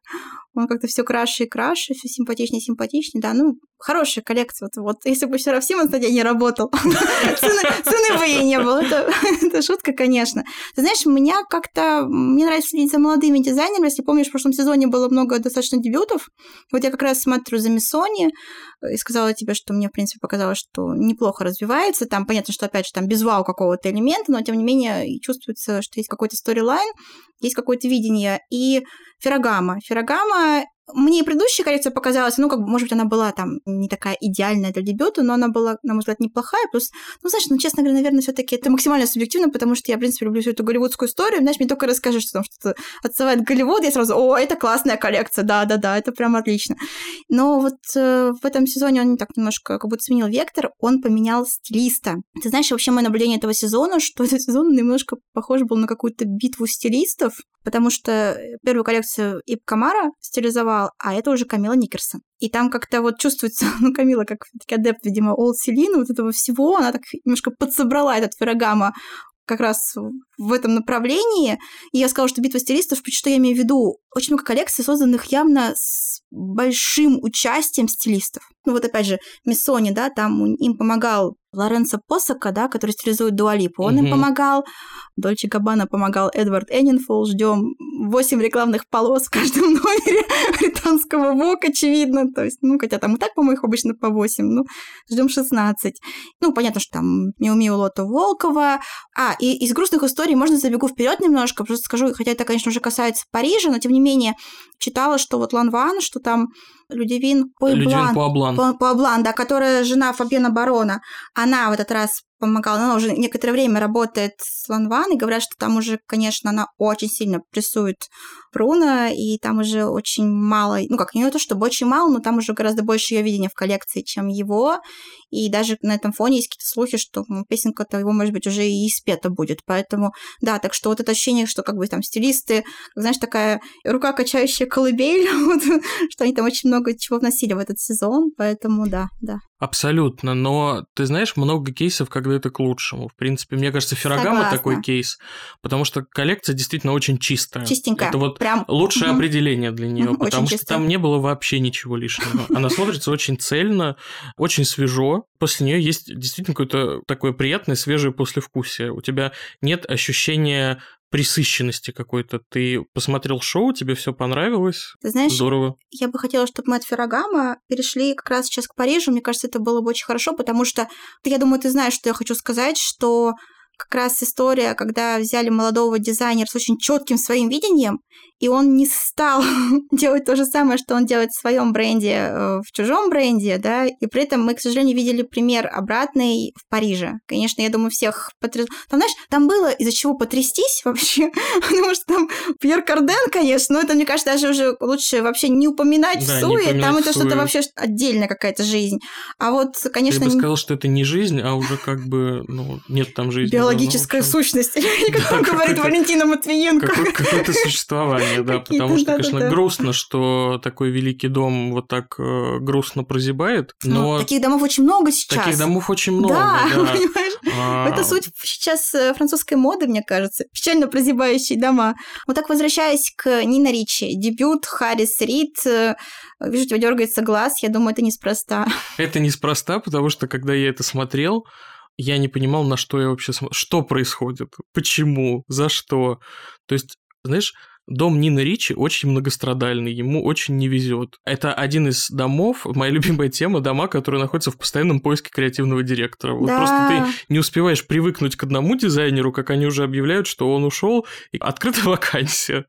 он как-то все краше и краше, все симпатичнее и симпатичнее, да, ну, хорошая коллекция. Вот, вот если бы вчера в Симмонс на день не работал, цены бы ей не было. Это шутка, конечно. Ты знаешь, меня как-то... Мне нравится следить за молодыми дизайнерами. Если помнишь, в прошлом сезоне было много достаточно дебютов. Вот я как раз смотрю за Миссони и сказала тебе, что мне, в принципе, показалось, что неплохо развивается. Там понятно, что, опять же, там без вау какого-то элемента, но, тем не менее, чувствуется, что есть какой-то сторилайн, есть какое-то видение. И Феррагама. Феррагама... Мне и предыдущая коллекция показалась, ну, как бы, может быть, она была там не такая идеальная для дебюта, но она была, на мой взгляд, неплохая. Плюс, ну, знаешь, ну, честно говоря, наверное, все-таки это максимально субъективно, потому что я, в принципе, люблю всю эту голливудскую историю. Знаешь, мне только расскажешь, что там что-то отсылает Голливуд, я сразу, о, это классная коллекция, да-да-да, это прям отлично. Но вот э, в этом сезоне он так немножко как будто сменил вектор, он поменял стилиста. Ты знаешь, вообще мое наблюдение этого сезона, что этот сезон немножко похож был на какую-то битву стилистов, потому что первую коллекцию Иб Камара стилизовал, а это уже Камила Никерсон. И там как-то вот чувствуется, ну, Камила как таки адепт, видимо, Олд Селины, вот этого всего, она так немножко подсобрала этот Феррагама как раз в этом направлении. И я сказала, что битва стилистов, что я имею в виду, очень много коллекций, созданных явно с большим участием стилистов. Ну вот опять же, Миссони, да, там им помогал Лоренцо Посака, да, который стилизует Дуа Липу, он mm-hmm. им помогал, Дольче Габбана помогал Эдвард Эннинфул, ждем восемь рекламных полос в каждом номере британского Vogue, очевидно, то есть, ну, хотя там и так, по-моему, их обычно по восемь, ну, ждем шестнадцать. Ну, понятно, что там Миу-Миу Лотто Волкова. А, и из грустных историй можно забегу вперед немножко, просто скажу, хотя это, конечно, уже касается Парижа, но, тем не менее, читала, что вот Ланван, что там Людивин Пуаблан, Пуаблан. Пуаблан, да, которая жена Фабьена Барона, она в этот раз помогала, она уже некоторое время работает с Ланван, и говорят, что там уже, конечно, она очень сильно прессует Бруно, и там уже очень мало, ну как, не то чтобы очень мало, но там уже гораздо больше ее видения в коллекции, чем его, и даже на этом фоне есть какие-то слухи, что ну, песенка-то его, может быть, уже и спета будет, поэтому, да, так что вот это ощущение, что как бы там стилисты, знаешь, такая рука качающая колыбель, вот, что они там очень много чего вносили в этот сезон, поэтому да, да. Абсолютно, но ты знаешь, много кейсов, когда это к лучшему. В принципе, мне кажется, Феррагама Согласна. Такой кейс, потому что коллекция действительно очень чистая. Чистенькая. Это вот прям... лучшее угу. определение для нее, угу, потому что чистая. там не было вообще ничего лишнего. Она смотрится очень цельно, очень свежо. После нее есть действительно какое-то такое приятное, свежее послевкусие. У тебя нет ощущения пресыщенности какой-то. Ты посмотрел шоу, тебе все понравилось? Ты знаешь, здорово. Я бы хотела, чтобы мы от Феррагама перешли как раз сейчас к Парижу. Мне кажется, это было бы очень хорошо, потому что, я думаю, ты знаешь, что я хочу сказать, что как раз история, когда взяли молодого дизайнера с очень четким своим видением, и он не стал делать то же самое, что он делает в своем бренде, в чужом бренде, да, и при этом мы, к сожалению, видели пример обратный в Париже. Конечно, я думаю, всех потряс... Там, знаешь, там было из-за чего потрястись вообще, потому что там Пьер Карден, конечно, но это, мне кажется, даже уже лучше вообще не упоминать да, в суе, не там это суе. Что-то вообще отдельная какая-то жизнь. А вот, конечно... Я бы сказал, что это не жизнь, а уже как бы, ну, нет там жизни. Биологическая да, ну, сущность, или как да, говорит Валентина Матвиенко. Какое-то существование. Да, потому что, да, конечно, да, да. грустно, что такой великий дом вот так э, грустно прозябает, но... Ну, таких домов очень много сейчас. Таких домов очень много, да. да. Понимаешь? А... Это суть сейчас французской моды, мне кажется. Печально прозябающие дома. Вот так, возвращаясь к Нино Ричи. Дебют Харрис Рид. Вижу, у тебя дергается глаз. Я думаю, это неспроста. Это неспроста, потому что, когда я это смотрел, я не понимал, на что я вообще смотрю. Что происходит? Почему? За что? То есть, знаешь, дом Нино Ричи очень многострадальный, ему очень не везет. Это один из домов, моя любимая тема, дома, которые находятся в постоянном поиске креативного директора. Вот да. просто ты не успеваешь привыкнуть к одному дизайнеру, как они уже объявляют, что он ушел, и открыта вакансия.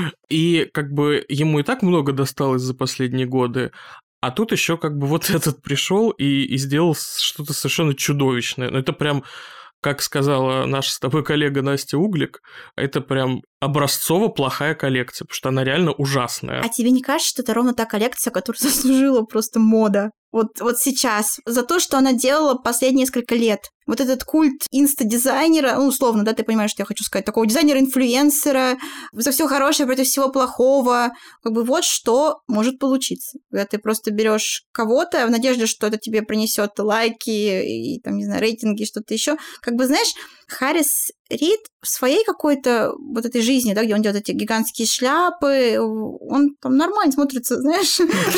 И как бы ему и так много досталось за последние годы, а тут еще как бы вот этот пришел и, и сделал что-то совершенно чудовищное. Это прям... Как сказала наша с тобой коллега Настя Углик, это прям образцово плохая коллекция, потому что она реально ужасная. А тебе не кажется, что это ровно та коллекция, которую заслужила просто мода? вот, вот сейчас за то, что она делала последние несколько лет. Вот этот культ инста-дизайнера, ну, условно, да, ты понимаешь, что я хочу сказать, такого дизайнера-инфлюенсера, за все хорошее против всего плохого, как бы вот что может получиться. Когда ты просто берешь кого-то в надежде, что это тебе принесет лайки и, там, не знаю, рейтинги, что-то еще. Как бы, знаешь, Харрис Рид в своей какой-то вот этой жизни, да, где он делает эти гигантские шляпы, он там нормально смотрится, знаешь,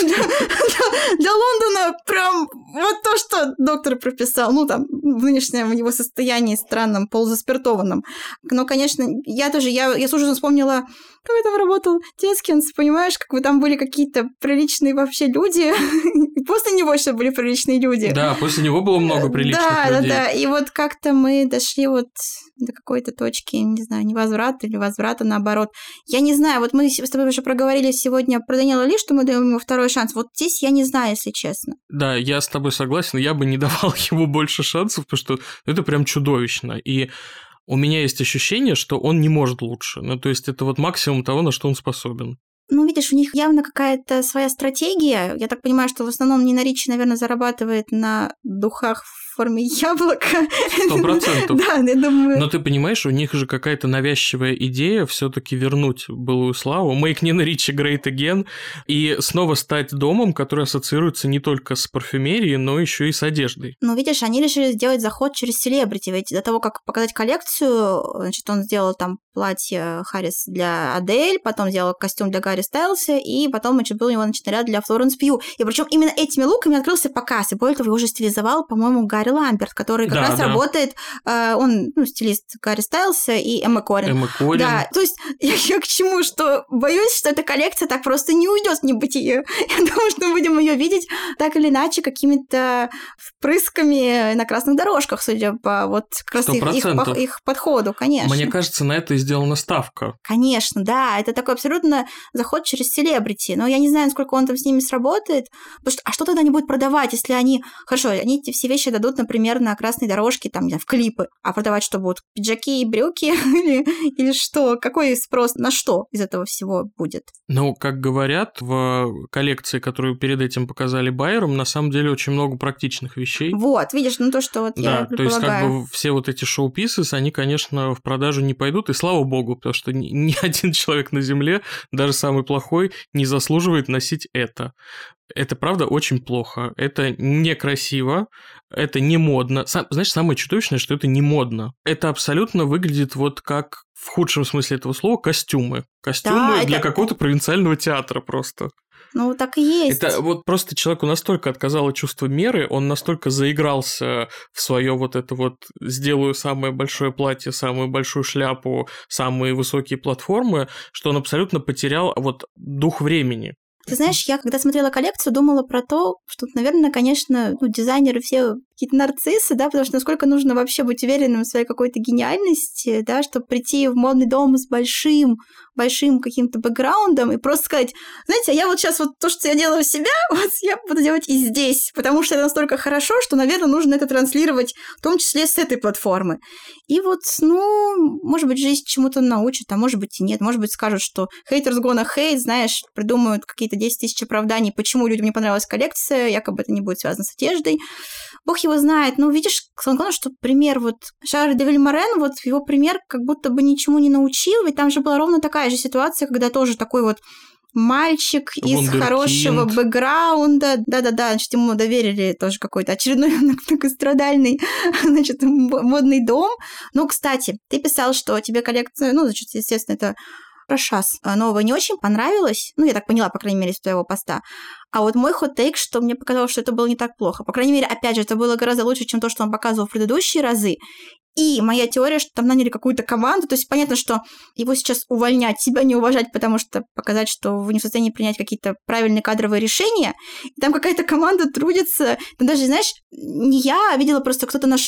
для Лондона прям вот то, что доктор прописал, ну, там, в нынешнем его состоянии странном, полузаспиртованном. Но, конечно, я тоже, я, я с ужасом вспомнила, как там работал Тескинс, понимаешь, как бы там были какие-то приличные вообще люди, и после него еще были приличные люди. Да, после него было много приличных да, людей. Да, да, и вот как-то мы дошли вот до какой-то точки, не знаю, невозврата или возврата, наоборот. Я не знаю, вот мы с тобой уже проговорили сегодня про Дэниела Ли, что мы даем ему второй шанс. Вот здесь я не знаю, если честно. Да, я с тобой согласен, я бы не давал ему больше шансов, потому что это прям чудовищно. И у меня есть ощущение, что он не может лучше. Ну, то есть это вот максимум того, на что он способен. Ну, видишь, у них явно какая-то своя стратегия. Я так понимаю, что в основном Нина Ричи, наверное, зарабатывает на духах в форме яблока. Сто процентов. Да, я думаю. Но ты понимаешь, у них же какая-то навязчивая идея все-таки вернуть былую славу, make Нина Ричи great again, и снова стать домом, который ассоциируется не только с парфюмерией, но еще и с одеждой. Ну, видишь, они решили сделать заход через селебрити, ведь до того, как показать коллекцию, значит, он сделал там платье Харрис для Адель, потом сделал костюм для Гарри Стайлса, и потом, значит, был у него, значит, наряд для Флоренс Пью. И причем именно этими луками открылся показ, и более того, его уже стилизовал, по-моему, Гарри Ламберт, который как да, раз да. работает, э, он, ну, стилист Гарри Стайлса и Эммы Коррин. Эмма Коррин. Да, то есть я, я к чему, что боюсь, что эта коллекция так просто не уйдет в небытие. Я думаю, что мы будем ее видеть так или иначе какими-то впрысками на красных дорожках, судя по вот как раз их, их, их подходу, конечно. Мне кажется, на это и сделана ставка. Конечно, да, это такой абсолютно заход через селебрити, но я не знаю, насколько он там с ними сработает, потому что, а что тогда они будут продавать, если они, хорошо, они эти все вещи дадут, например, на красной дорожке, там, не знаю, в клипы, а продавать что будут, пиджаки и брюки или, или что, какой спрос, на что из этого всего будет? Ну, как говорят, в коллекции, которую перед этим показали Байером, на самом деле очень много практичных вещей. Вот, видишь, ну то, что вот да, я предполагаю. То есть, как бы все вот эти шоу-писы, они, конечно, в продажу не пойдут, и слава богу, потому что ни, ни один человек на Земле, даже самый плохой, не заслуживает носить это. Это, правда, очень плохо. Это некрасиво, это не модно. Сам, знаешь, самое чудовищное, что это не модно. Это абсолютно выглядит вот как, в худшем смысле этого слова, костюмы. Костюмы да, для это... какого-то провинциального театра просто. Ну, так и есть. Это вот просто человеку настолько отказало чувство меры, он настолько заигрался в свое вот это вот «сделаю самое большое платье, самую большую шляпу, самые высокие платформы», что он абсолютно потерял вот дух времени. Ты знаешь, я когда смотрела коллекцию, думала про то, что, наверное, конечно, ну, дизайнеры все какие-то нарциссы, да, потому что насколько нужно вообще быть уверенным в своей какой-то гениальности, да, чтобы прийти в модный дом с большим, большим каким-то бэкграундом и просто сказать, знаете, я вот сейчас вот то, что я делаю у себя, вот я буду делать и здесь, потому что это настолько хорошо, что, наверное, нужно это транслировать, в том числе с этой платформы. И вот, ну, может быть, жизнь чему-то научит, а может быть и нет, может быть, скажут, что haters gonna hate, знаешь, придумают какие-то десять тысяч оправданий, почему людям не понравилась коллекция, якобы это не будет связано с одеждой. Бог его знает. Ну, видишь, главное, что пример вот Шарля де Вильморен, вот его пример как будто бы ничему не научил, ведь там же была ровно такая же ситуация, когда тоже такой вот мальчик из Вундеркинд. Хорошего бэкграунда, да-да-да, значит, ему доверили тоже какой-то очередной многострадальный, значит, модный дом. Ну, кстати, ты писал, что тебе коллекция, ну, значит, естественно, это Рашас нового не очень понравилось, ну, я так поняла, по крайней мере, из твоего поста. А вот мой хот-тейк, что мне показалось, что это было не так плохо. По крайней мере, опять же, это было гораздо лучше, чем то, что он показывал в предыдущие разы. И моя теория, что там наняли какую-то команду, то есть понятно, что его сейчас увольнять, себя не уважать, потому что показать, что вы не в состоянии принять какие-то правильные кадровые решения, и там какая-то команда трудится. Там даже, знаешь, не я, а видела просто кто-то нашел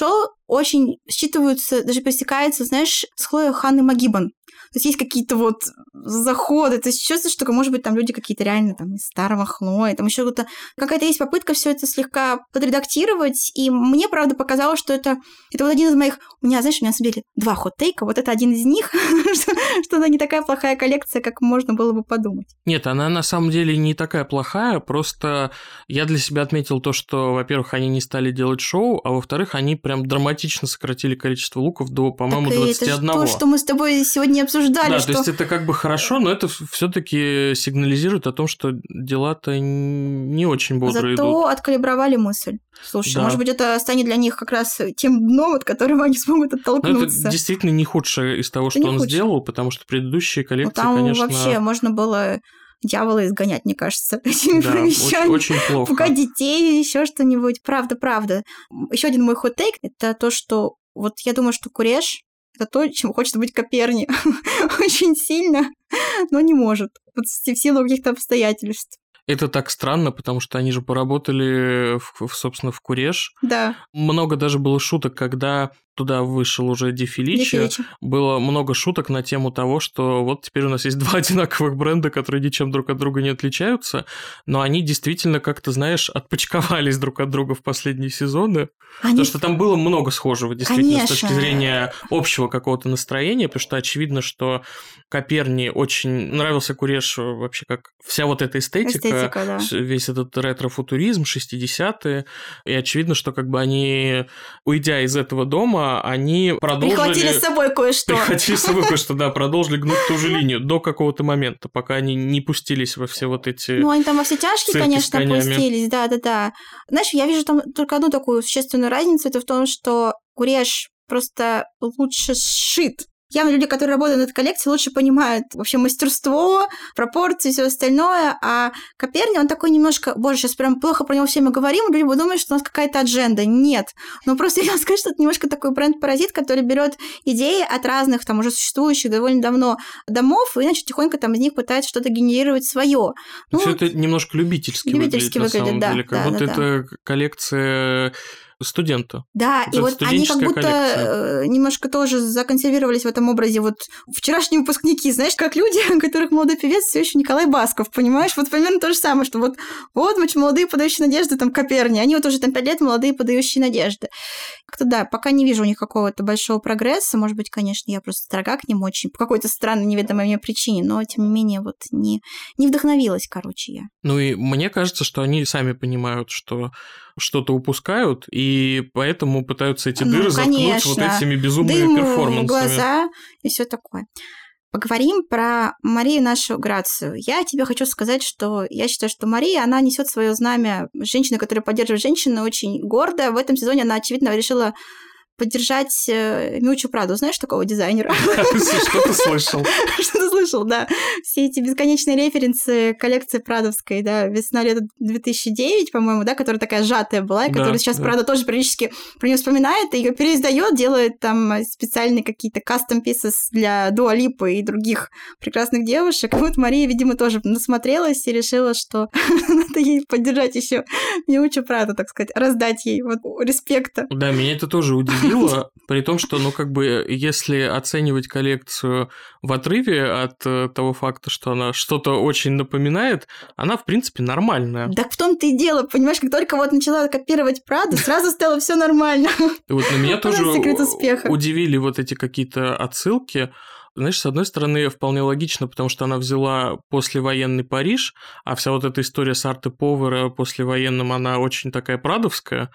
очень считываются, даже пересекаются, знаешь, с Хлоей Ханной Магибан. То есть есть какие-то вот заходы, то есть чувствуешь, что, может быть, там люди какие-то реально там из старого Хлои, там еще что-то. Какая-то есть попытка все это слегка подредактировать, и мне, правда, показалось, что это, это вот один из моих... У меня, знаешь, у меня, на самом деле, два хот-тейка, вот это один из них, что, что это не такая плохая коллекция, как можно было бы подумать. Нет, она на самом деле не такая плохая, просто я для себя отметил то, что, во-первых, они не стали делать шоу, а во-вторых, они прям драматично сократили количество луков до, по-моему, так двадцати одного. Это то, что мы с тобой сегодня обсуждали. Да, что... то есть это как бы хорошо, но это все-таки сигнализирует о том, что дела-то не очень бодро Зато идут. Зато откалибровали мысль. Слушай, да. Может быть, это станет для них как раз тем дном, от которого они смогут оттолкнуться. Но это действительно не худшее из того, это что он худшее. Сделал, потому что предыдущие коллекции, ну, там конечно... вообще можно было дьявола изгонять, мне кажется, этими да, вещами. Очень, очень плохо. Пугать детей, еще что-нибудь. Правда, правда. Еще один мой хот-тейк – это то, что вот я думаю, что Куреш – это то, чем хочет быть Коперни. Очень сильно, но не может. Вот в силу каких-то обстоятельств. Это так странно, потому что они же поработали, в, собственно, в Куреш. Да. Много даже было шуток, когда туда вышел уже Ди Феличи. Было много шуток на тему того, что вот теперь у нас есть два одинаковых бренда, которые ничем друг от друга не отличаются, но они действительно как-то, знаешь, отпочковались друг от друга в последние сезоны. Они... Потому что там было много схожего, действительно, Конечно. С точки зрения общего какого-то настроения, потому что очевидно, что Коперни очень нравился Куреш вообще как вся вот эта эстетика, эстетика да. Весь этот ретро-футуризм, шестидесятые, и очевидно, что как бы они, уйдя из этого дома, они продолжили... Прихватили с собой кое-что. Прихватили с собой кое-что, да, продолжили гнуть ту же линию до какого-то момента, пока они не пустились во все вот эти... Ну, они там во все тяжкие, конечно, пустились, да-да-да. Знаешь, я вижу там только одну такую существенную разницу, это в том, что Куреш просто лучше сшит. Явно люди, которые работают над коллекцией, лучше понимают вообще мастерство, пропорции и все остальное, а Коперни, он такой немножко, боже, сейчас прям плохо про него все мы говорим, люди будут думать, что у нас какая-то адженда. Нет. Но просто я скажу, что это немножко такой бренд-паразит, который берет идеи от разных, там, уже существующих довольно давно домов, и, значит, тихонько там из них пытается что-то генерировать свое. Ну, все вот... это немножко любительски, любительски выглядит, выглядит, на самом да, деле, как да, будто да, это да. коллекция... студента. Да, это и вот они как будто коллекция. Немножко тоже законсервировались в этом образе. Вот вчерашние выпускники, знаешь, как люди, у которых молодой певец все еще Николай Басков, понимаешь? Вот примерно то же самое, что вот, вот мы молодые подающие надежды, там, Коперни, они вот уже там пять лет молодые подающие надежды. Как-то да, пока не вижу у них какого-то большого прогресса, может быть, конечно, я просто строга к ним очень, по какой-то странной неведомой мне причине, но, тем не менее, вот не, не вдохновилась, короче, я. Ну и мне кажется, что они сами понимают, что что-то упускают, и поэтому пытаются эти дыры ну, заткнуть вот этими безумными Дым перформансами. В глаза и все такое. Поговорим про Марию нашу Грацию. Я тебе хочу сказать, что я считаю, что Мария, она несет свое знамя женщины, которая поддерживает женщину, очень гордо. В этом сезоне она, очевидно, решила поддержать Миучу Праду. Знаешь такого дизайнера? Что ты слышал? Что ты слышал, да. Все эти бесконечные референсы коллекции прадовской, да, весна-лето две тысячи девятый, по-моему, да, которая такая сжатая была, и да, которую сейчас да. Прада тоже периодически про нее вспоминает, и ее переиздает, делает там специальные какие-то custom pieces для Дуа Липы и других прекрасных девушек. И вот Мария, видимо, тоже насмотрелась и решила, что надо ей поддержать еще Миучу Праду, так сказать, раздать ей вот респекта. Да, меня это тоже удивило. При том, что, ну, как бы, если оценивать коллекцию в отрыве от того факта, что она что-то очень напоминает, она, в принципе, нормальная. Так в том-то и дело, понимаешь, как только вот начала копировать Праду, сразу стало все нормально. И вот на меня тоже удивили вот эти какие-то отсылки. Знаешь, с одной стороны, вполне логично, потому что она взяла послевоенный Париж, а вся вот эта история с Арте Повера послевоенным, она очень такая прадовская,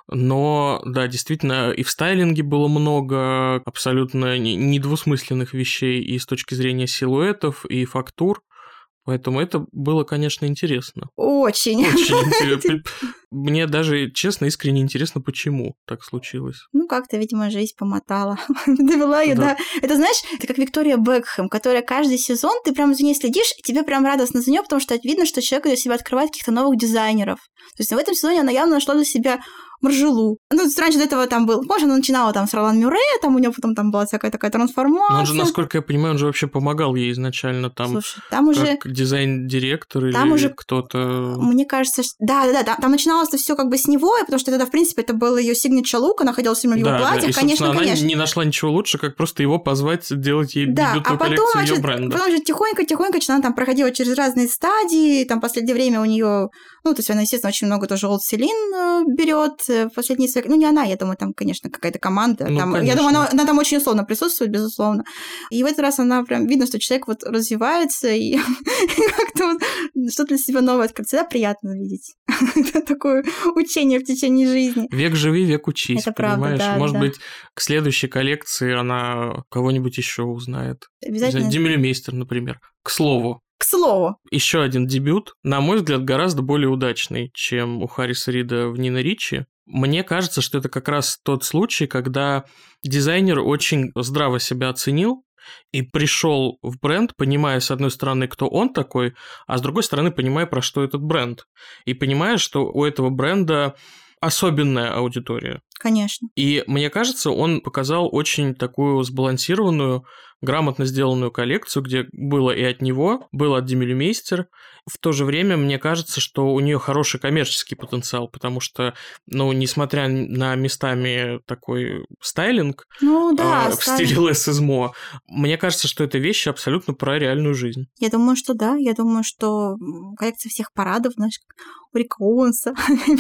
но, да, действительно, и в стайлинге было много абсолютно недвусмысленных вещей и с точки зрения силуэтов, и фактур. Поэтому это было, конечно, интересно. Очень. Очень интересно. Мне даже, честно, искренне интересно, почему так случилось. Ну, как-то, видимо, жизнь помотала. Довела ее, да. да. Это, знаешь, это как Виктория Бекхэм, которая каждый сезон, ты прям за ней следишь, и тебе прям радостно за нее, потому что видно, что человек для себя открывает каких-то новых дизайнеров. То есть в этом сезоне она явно нашла для себя Маржелу. Ну, раньше до этого там был... Помнишь, она начинала там с Ролан Мюрре, там у него потом там была всякая такая трансформация. Но он же, насколько я понимаю, он же вообще помогал ей изначально там. Слушай, там уже... Как дизайн-директор там или уже... кто-то... Мне кажется, что... Да-да-да, там, там начиналось-то все как бы с него, потому что тогда, в принципе, это был ее signature look, она ходила все время в его да, платьях, да. И, конечно, она конечно. не нашла ничего лучше, как просто его позвать делать ей да, дебютную а потом, коллекцию значит, ее бренда. Потом же тихонько-тихонько она там проходила через разные стадии, там в последнее время у нее, ну, то есть она, естественно, очень много тоже Old Celine берет в последние свои... Ну, не она, я думаю, там, конечно, какая-то команда. Ну, там, я думаю, она, она там очень условно присутствует, безусловно. И в этот раз она прям... Видно, что человек вот развивается и как-то вот что-то для себя новое. Как всегда приятно видеть такое учение в течение жизни. Век живи, век учись, это понимаешь? Правда, да, Может да. быть, к следующей коллекции она кого-нибудь еще узнает. Обязательно. Демюлемейстер, например. К слову. К слову. Еще один дебют, на мой взгляд, гораздо более удачный, чем у Харриса Рида в Нино Ричи. Мне кажется, что это как раз тот случай, когда дизайнер очень здраво себя оценил и пришел в бренд, понимая, с одной стороны, кто он такой, а с другой стороны, понимая, про что этот бренд. И понимая, что у этого бренда особенная аудитория. Конечно. И мне кажется, он показал очень такую сбалансированную, грамотно сделанную коллекцию, где было и от него, было от Демюлемейстер. В то же время мне кажется, что у нее хороший коммерческий потенциал, потому что, ну, несмотря на местами такой стайлинг ну, да, э, в стайлинг. стиле Less is more, мне кажется, что это вещи абсолютно про реальную жизнь. Я думаю, что да. Я думаю, что коллекция всех парадов, знаешь, у Рика Оуэнса,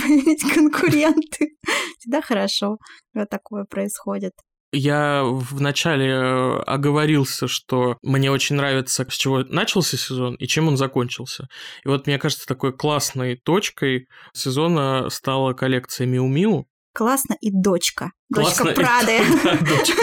конкуренты. Всегда хорошо, когда такое происходит. Я вначале оговорился, что мне очень нравится, с чего начался сезон и чем он закончился. И вот, мне кажется, такой классной точкой сезона стала коллекция Миу Миу. Классно и дочка. Классно дочка Прады. Да, дочка.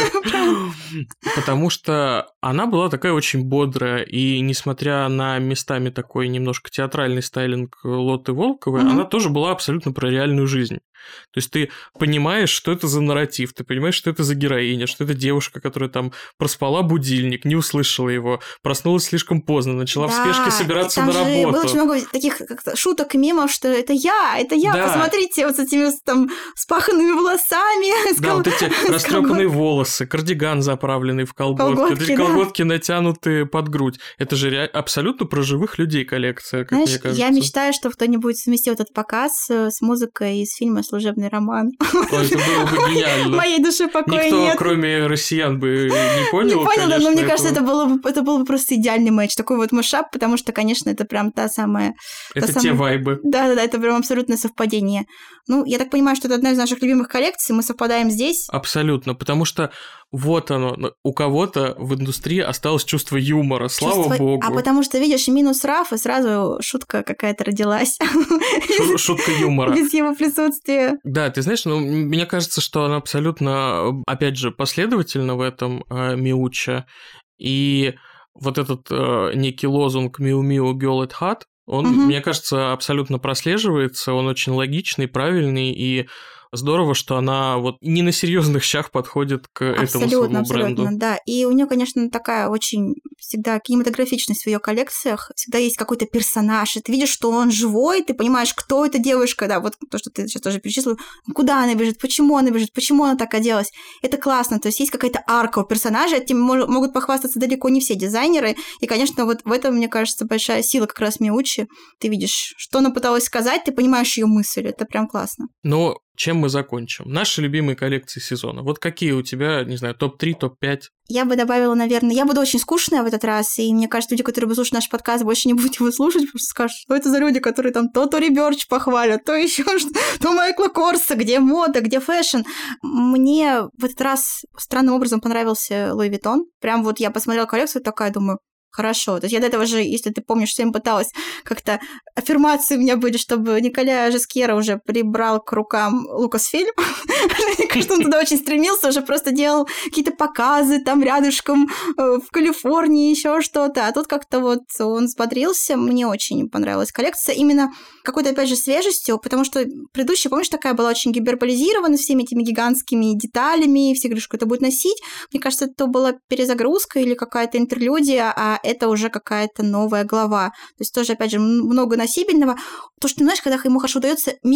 Потому что она была такая очень бодрая, и несмотря на местами такой немножко театральный стайлинг Лотты Волковой, mm-hmm. она тоже была абсолютно про реальную жизнь. То есть ты понимаешь, что это за нарратив, ты понимаешь, что это за героиня, что это девушка, которая там проспала будильник, не услышала его, проснулась слишком поздно, начала да, в спешке собираться там на же работу. Было очень много таких шуток и мемов, что это я, это я, да. Посмотрите, вот с этими там спаханными волосами. Да, кол... вот эти растрепанные волосы, кардиган заправленный в колготки, колготки, вот эти да. колготки натянутые под грудь. Это же ре... абсолютно про живых людей коллекция, как Знаешь, мне кажется. я мечтаю, что кто-нибудь совместил этот показ с музыкой из фильма «Служебный роман». Ой, это было бы гениально. Моей души покоя Никто, нет. кроме россиян, бы не понял. Не понял, да, но мне этого. кажется, это было, бы, это был бы просто идеальный матч. Такой вот мышап, потому что, конечно, это прям та самая... Это та те самая... вайбы. Да-да-да, это прям абсолютное совпадение. Ну, я так понимаю, что это одна из наших любимых коллекций, мы совпадаем здесь. Абсолютно, потому что вот оно, у кого-то в индустрии осталось чувство юмора, слава чувство... богу. А потому что, видишь, минус Раф, и сразу шутка какая-то родилась. Шу- шутка юмора. Без его присутствия. Да, ты знаешь, ну, мне кажется, что она абсолютно, опять же, последовательна в этом э, Миуча, и вот этот э, некий лозунг «Миу-Миу, girl at heart», он, Мгм. мне кажется, абсолютно прослеживается, он очень логичный, правильный, и здорово, что она вот не на серьезных щах подходит к этому Абсолютно, своему абсолютно, бренду. да. И у нее, конечно, такая очень всегда кинематографичность в ее коллекциях. Всегда есть какой-то персонаж, и ты видишь, что он живой, ты понимаешь, кто эта девушка, да, вот то, что ты сейчас тоже перечислила, куда она бежит, почему она бежит, почему она так оделась. Это классно, то есть есть какая-то арка у персонажа, этим мож- могут похвастаться далеко не все дизайнеры, и, конечно, вот в этом, мне кажется, большая сила как раз Миучи. Ты видишь, что она пыталась сказать, ты понимаешь ее мысль, это прям классно. Но чем мы закончим? Наши любимые коллекции сезона. Вот какие у тебя, не знаю, топ три, топ пять? Я бы добавила, наверное, я буду очень скучная в этот раз, и мне кажется, люди, которые будут слушать наш подкаст, больше не будут его слушать, просто скажут, что это за люди, которые там то Тори Бёрч похвалят, то еще что, то Майкла Корса, где мода, где фэшн. Мне в этот раз странным образом понравился Луи Виттон. Прям вот я посмотрела коллекцию, такая думаю, хорошо. То есть я до этого же, если ты помнишь, всем пыталась как-то... Аффирмации у меня были, чтобы Николя Жескьера уже прибрал к рукам Лукасфильм. Мне кажется, он туда очень стремился, уже просто делал какие-то показы там рядышком в Калифорнии, еще что-то. А тут как-то вот он взбодрился. Мне очень понравилась коллекция. Именно какой-то, опять же, свежестью, потому что предыдущая, помнишь, такая была очень гиперболизирована всеми этими гигантскими деталями, все говорили, что это будет носить. Мне кажется, это была перезагрузка или какая-то интерлюдия, а это уже какая-то новая глава. То есть тоже, опять же, много носибельного. То, что, знаешь, когда ему хорошо удается микс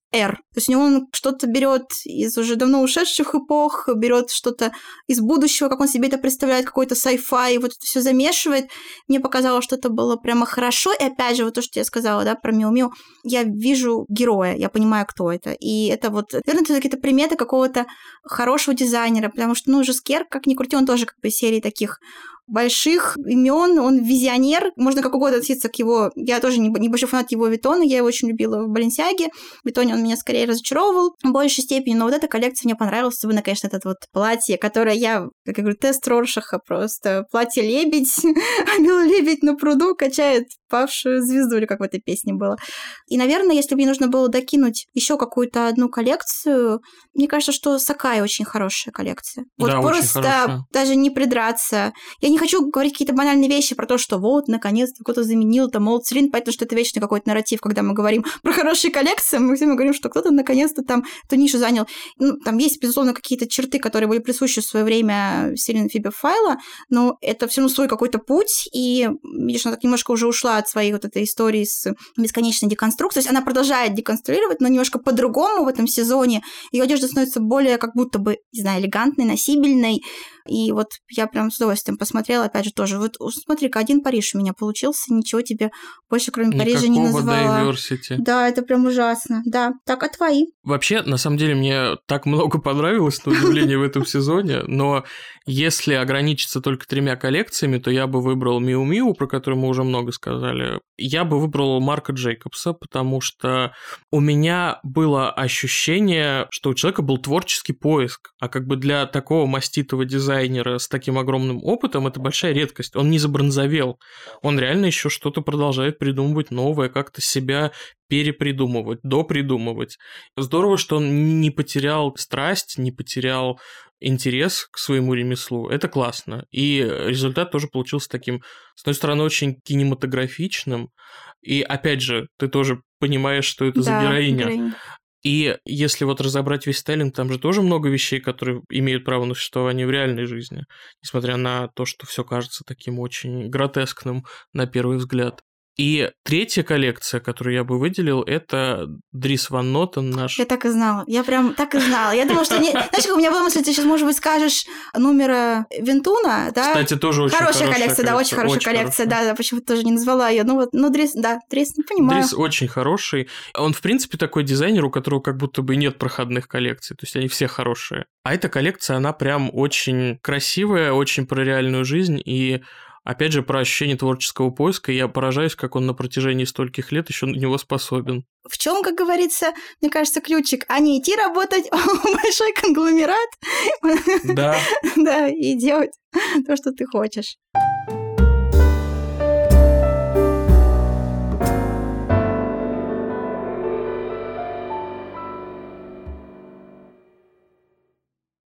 R. То есть у него он что-то берет из уже давно ушедших эпох, берет что-то из будущего, как он себе это представляет, какой-то sci-fi, и вот это все замешивает. Мне показалось, что это было прямо хорошо. И опять же, вот то, что я сказала, да, про Миу-Миу, я вижу героя, я понимаю, кто это. И это вот, наверное, это какие-то приметы какого-то хорошего дизайнера, потому что, ну, уже Скер, как ни крути, он тоже как бы из серии таких больших имен, он визионер, можно как угодно относиться к его... Я тоже небольшой фанат его Виттона, я его очень любила в Баленсиаге. В Виттоне он меня скорее разочаровывал в большей степени, но вот эта коллекция мне понравилась, особенно, конечно, это вот платье, которое я, как я говорю, тест Роршаха просто. Платье-лебедь, белый лебедь на пруду качает павшую звезду, или как в этой песне было. И, наверное, если бы мне нужно было докинуть еще какую-то одну коллекцию, мне кажется, что Сакай очень хорошая коллекция. Вот да, просто даже не придраться. Я не хочу говорить какие-то банальные вещи про то, что вот, наконец-то кто-то заменил там Old Celine, поэтому что это вечный какой-то нарратив, когда мы говорим про хорошие коллекции, мы все говорим, что кто-то наконец-то там эту нишу занял. Ну, там есть, безусловно, какие-то черты, которые были присущи в свое время Celine Phoebe Philo, но это все равно свой какой-то путь, и, видишь, она так немножко уже ушла от своей вот этой истории с бесконечной деконструкцией. То есть она продолжает деконструировать, но немножко по-другому в этом сезоне. Ее одежда становится более как будто бы, не знаю, элегантной, носибельной. И вот я прям с удовольствием посмотрела, опять же, тоже. Вот смотри-ка, один Париж у меня получился, ничего тебе больше, кроме Никакого Парижа, не назвала. diversity. Да, это прям ужасно. Да. Так, а твои? Вообще, на самом деле, мне так много понравилось, на удивление, в этом сезоне, но если ограничиться только тремя коллекциями, то я бы выбрал Миу-Миу, про которую мы уже много сказали. Я бы выбрал Марка Джейкобса, потому что у меня было ощущение, что у человека был творческий поиск, а как бы для такого маститого дизайнера с таким огромным опытом это большая редкость. Он не забронзовел, он реально еще что-то продолжает придумывать новое, как-то себя перепридумывать, допридумывать. Здорово, что он не потерял страсть, не потерял интерес к своему ремеслу. Это классно. И результат тоже получился таким, с одной стороны, очень кинематографичным. И, опять же, ты тоже понимаешь, что это да, за героиня. героиня. И если вот разобрать весь стайлинг, там же тоже много вещей, которые имеют право на существование в реальной жизни, несмотря на то, что все кажется таким очень гротескным на первый взгляд. И третья коллекция, которую я бы выделил, это Дрис Ван Нотен наш... Я так и знала, я прям так и знала. Я думала, что... Не... Знаешь, у меня была мысль, ты сейчас, может быть, скажешь номера Вентуна, да? Кстати, тоже очень хорошая, хорошая коллекция. Да, очень хорошая очень коллекция, хорошая. да, да, почему-то тоже не назвала ее. Ну вот, ну Дрис, да, Дрис, не понимаю. Дрис очень хороший. Он, в принципе, такой дизайнер, у которого как будто бы нет проходных коллекций, то есть они все хорошие. А эта коллекция, она прям очень красивая, очень про реальную жизнь, и опять же, про ощущение творческого поиска, я поражаюсь, как он на протяжении стольких лет еще на него способен. В чем, как говорится, мне кажется, ключик? А не идти работать в большой конгломерат, да. да, и делать то, что ты хочешь.